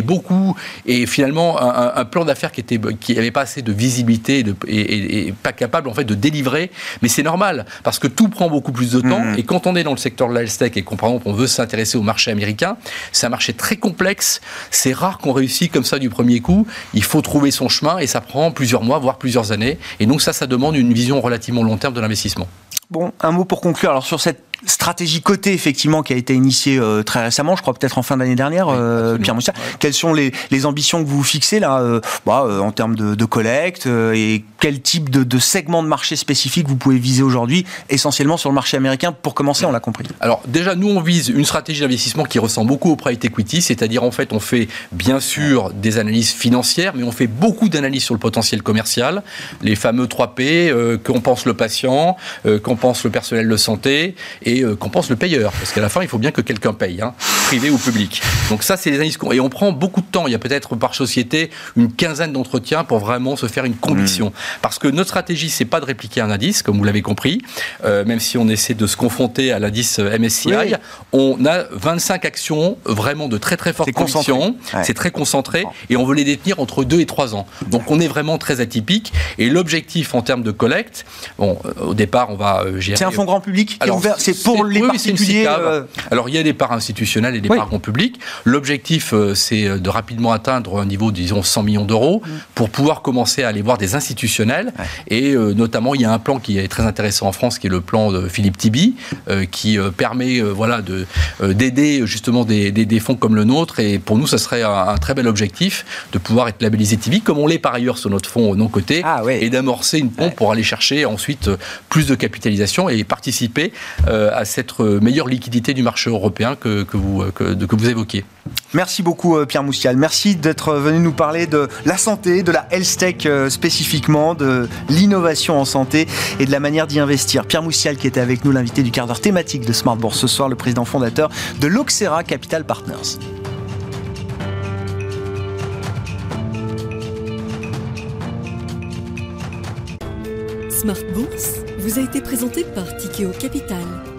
et finalement un plan d'affaires qui n'avait pas assez de visibilité et pas capable en fait de délivrer, mais c'est normal parce que tout prend beaucoup plus de temps et quand on est dans le secteur de la health tech et qu'on par exemple on veut s'intéresser au marché américain, c'est un marché très complexe, c'est rare qu'on réussisse comme ça du premier coup, il faut trouver son chemin et ça prend plusieurs mois voire plusieurs années et donc ça demande une vision relativement long terme de l'investissement. Bon, un mot pour conclure. Alors sur cette stratégie cotée, effectivement, qui a été initiée très récemment, je crois peut-être en fin d'année dernière, Pierre Moustial. Quelles sont les ambitions que vous vous fixez là, en termes de collecte et quel type de segment de marché spécifique vous pouvez viser aujourd'hui, essentiellement sur le marché américain, pour commencer, on l'a compris. Alors déjà, nous on vise une stratégie d'investissement qui ressemble beaucoup au private equity, c'est-à-dire en fait on fait bien sûr des analyses financières, mais on fait beaucoup d'analyses sur le potentiel commercial, les fameux 3P, qu'on pense le patient, qu'on pense le personnel de santé et qu'on pense le payeur, parce qu'à la fin il faut bien que quelqu'un paye, privé ou public. Donc ça c'est les analyses et on prend beaucoup de temps, il y a peut-être par société une quinzaine d'entretiens pour vraiment se faire une conviction, parce que notre stratégie c'est pas de répliquer un indice, comme vous l'avez compris, même si on essaie de se confronter à l'indice MSCI, on a 25 actions vraiment de très très forte conviction, c'est très concentré et on veut les détenir entre 2 et 3 ans. Donc on est vraiment très atypique et l'objectif en termes de collecte, au départ on va gérer... C'est un fonds grand public qui est ouvert, c'est pour les particuliers. Alors il y a des parts institutionnelles et des parts grand public. L'objectif c'est de rapidement atteindre un niveau disons 100 millions d'euros pour pouvoir commencer à aller voir des institutionnels et notamment il y a un plan qui est très intéressant en France qui est le plan de Philippe Tibi qui permet d'aider justement des fonds comme le nôtre et pour nous ça serait un très bel objectif de pouvoir être labellisé Tibi comme on l'est par ailleurs sur notre fonds non coté et d'amorcer une pompe pour aller chercher ensuite plus de capitalisation et participer à cette meilleure liquidité du marché européen que vous évoquiez. Merci beaucoup Pierre Moustial. Merci d'être venu nous parler de la santé, de la health tech spécifiquement, de l'innovation en santé et de la manière d'y investir. Pierre Moustial qui était avec nous, l'invité du quart d'heure thématique de Smart Bourse ce soir, le président fondateur de l'Oxera Capital Partners. Smart Bourse vous a été présenté par Tikeo Capital.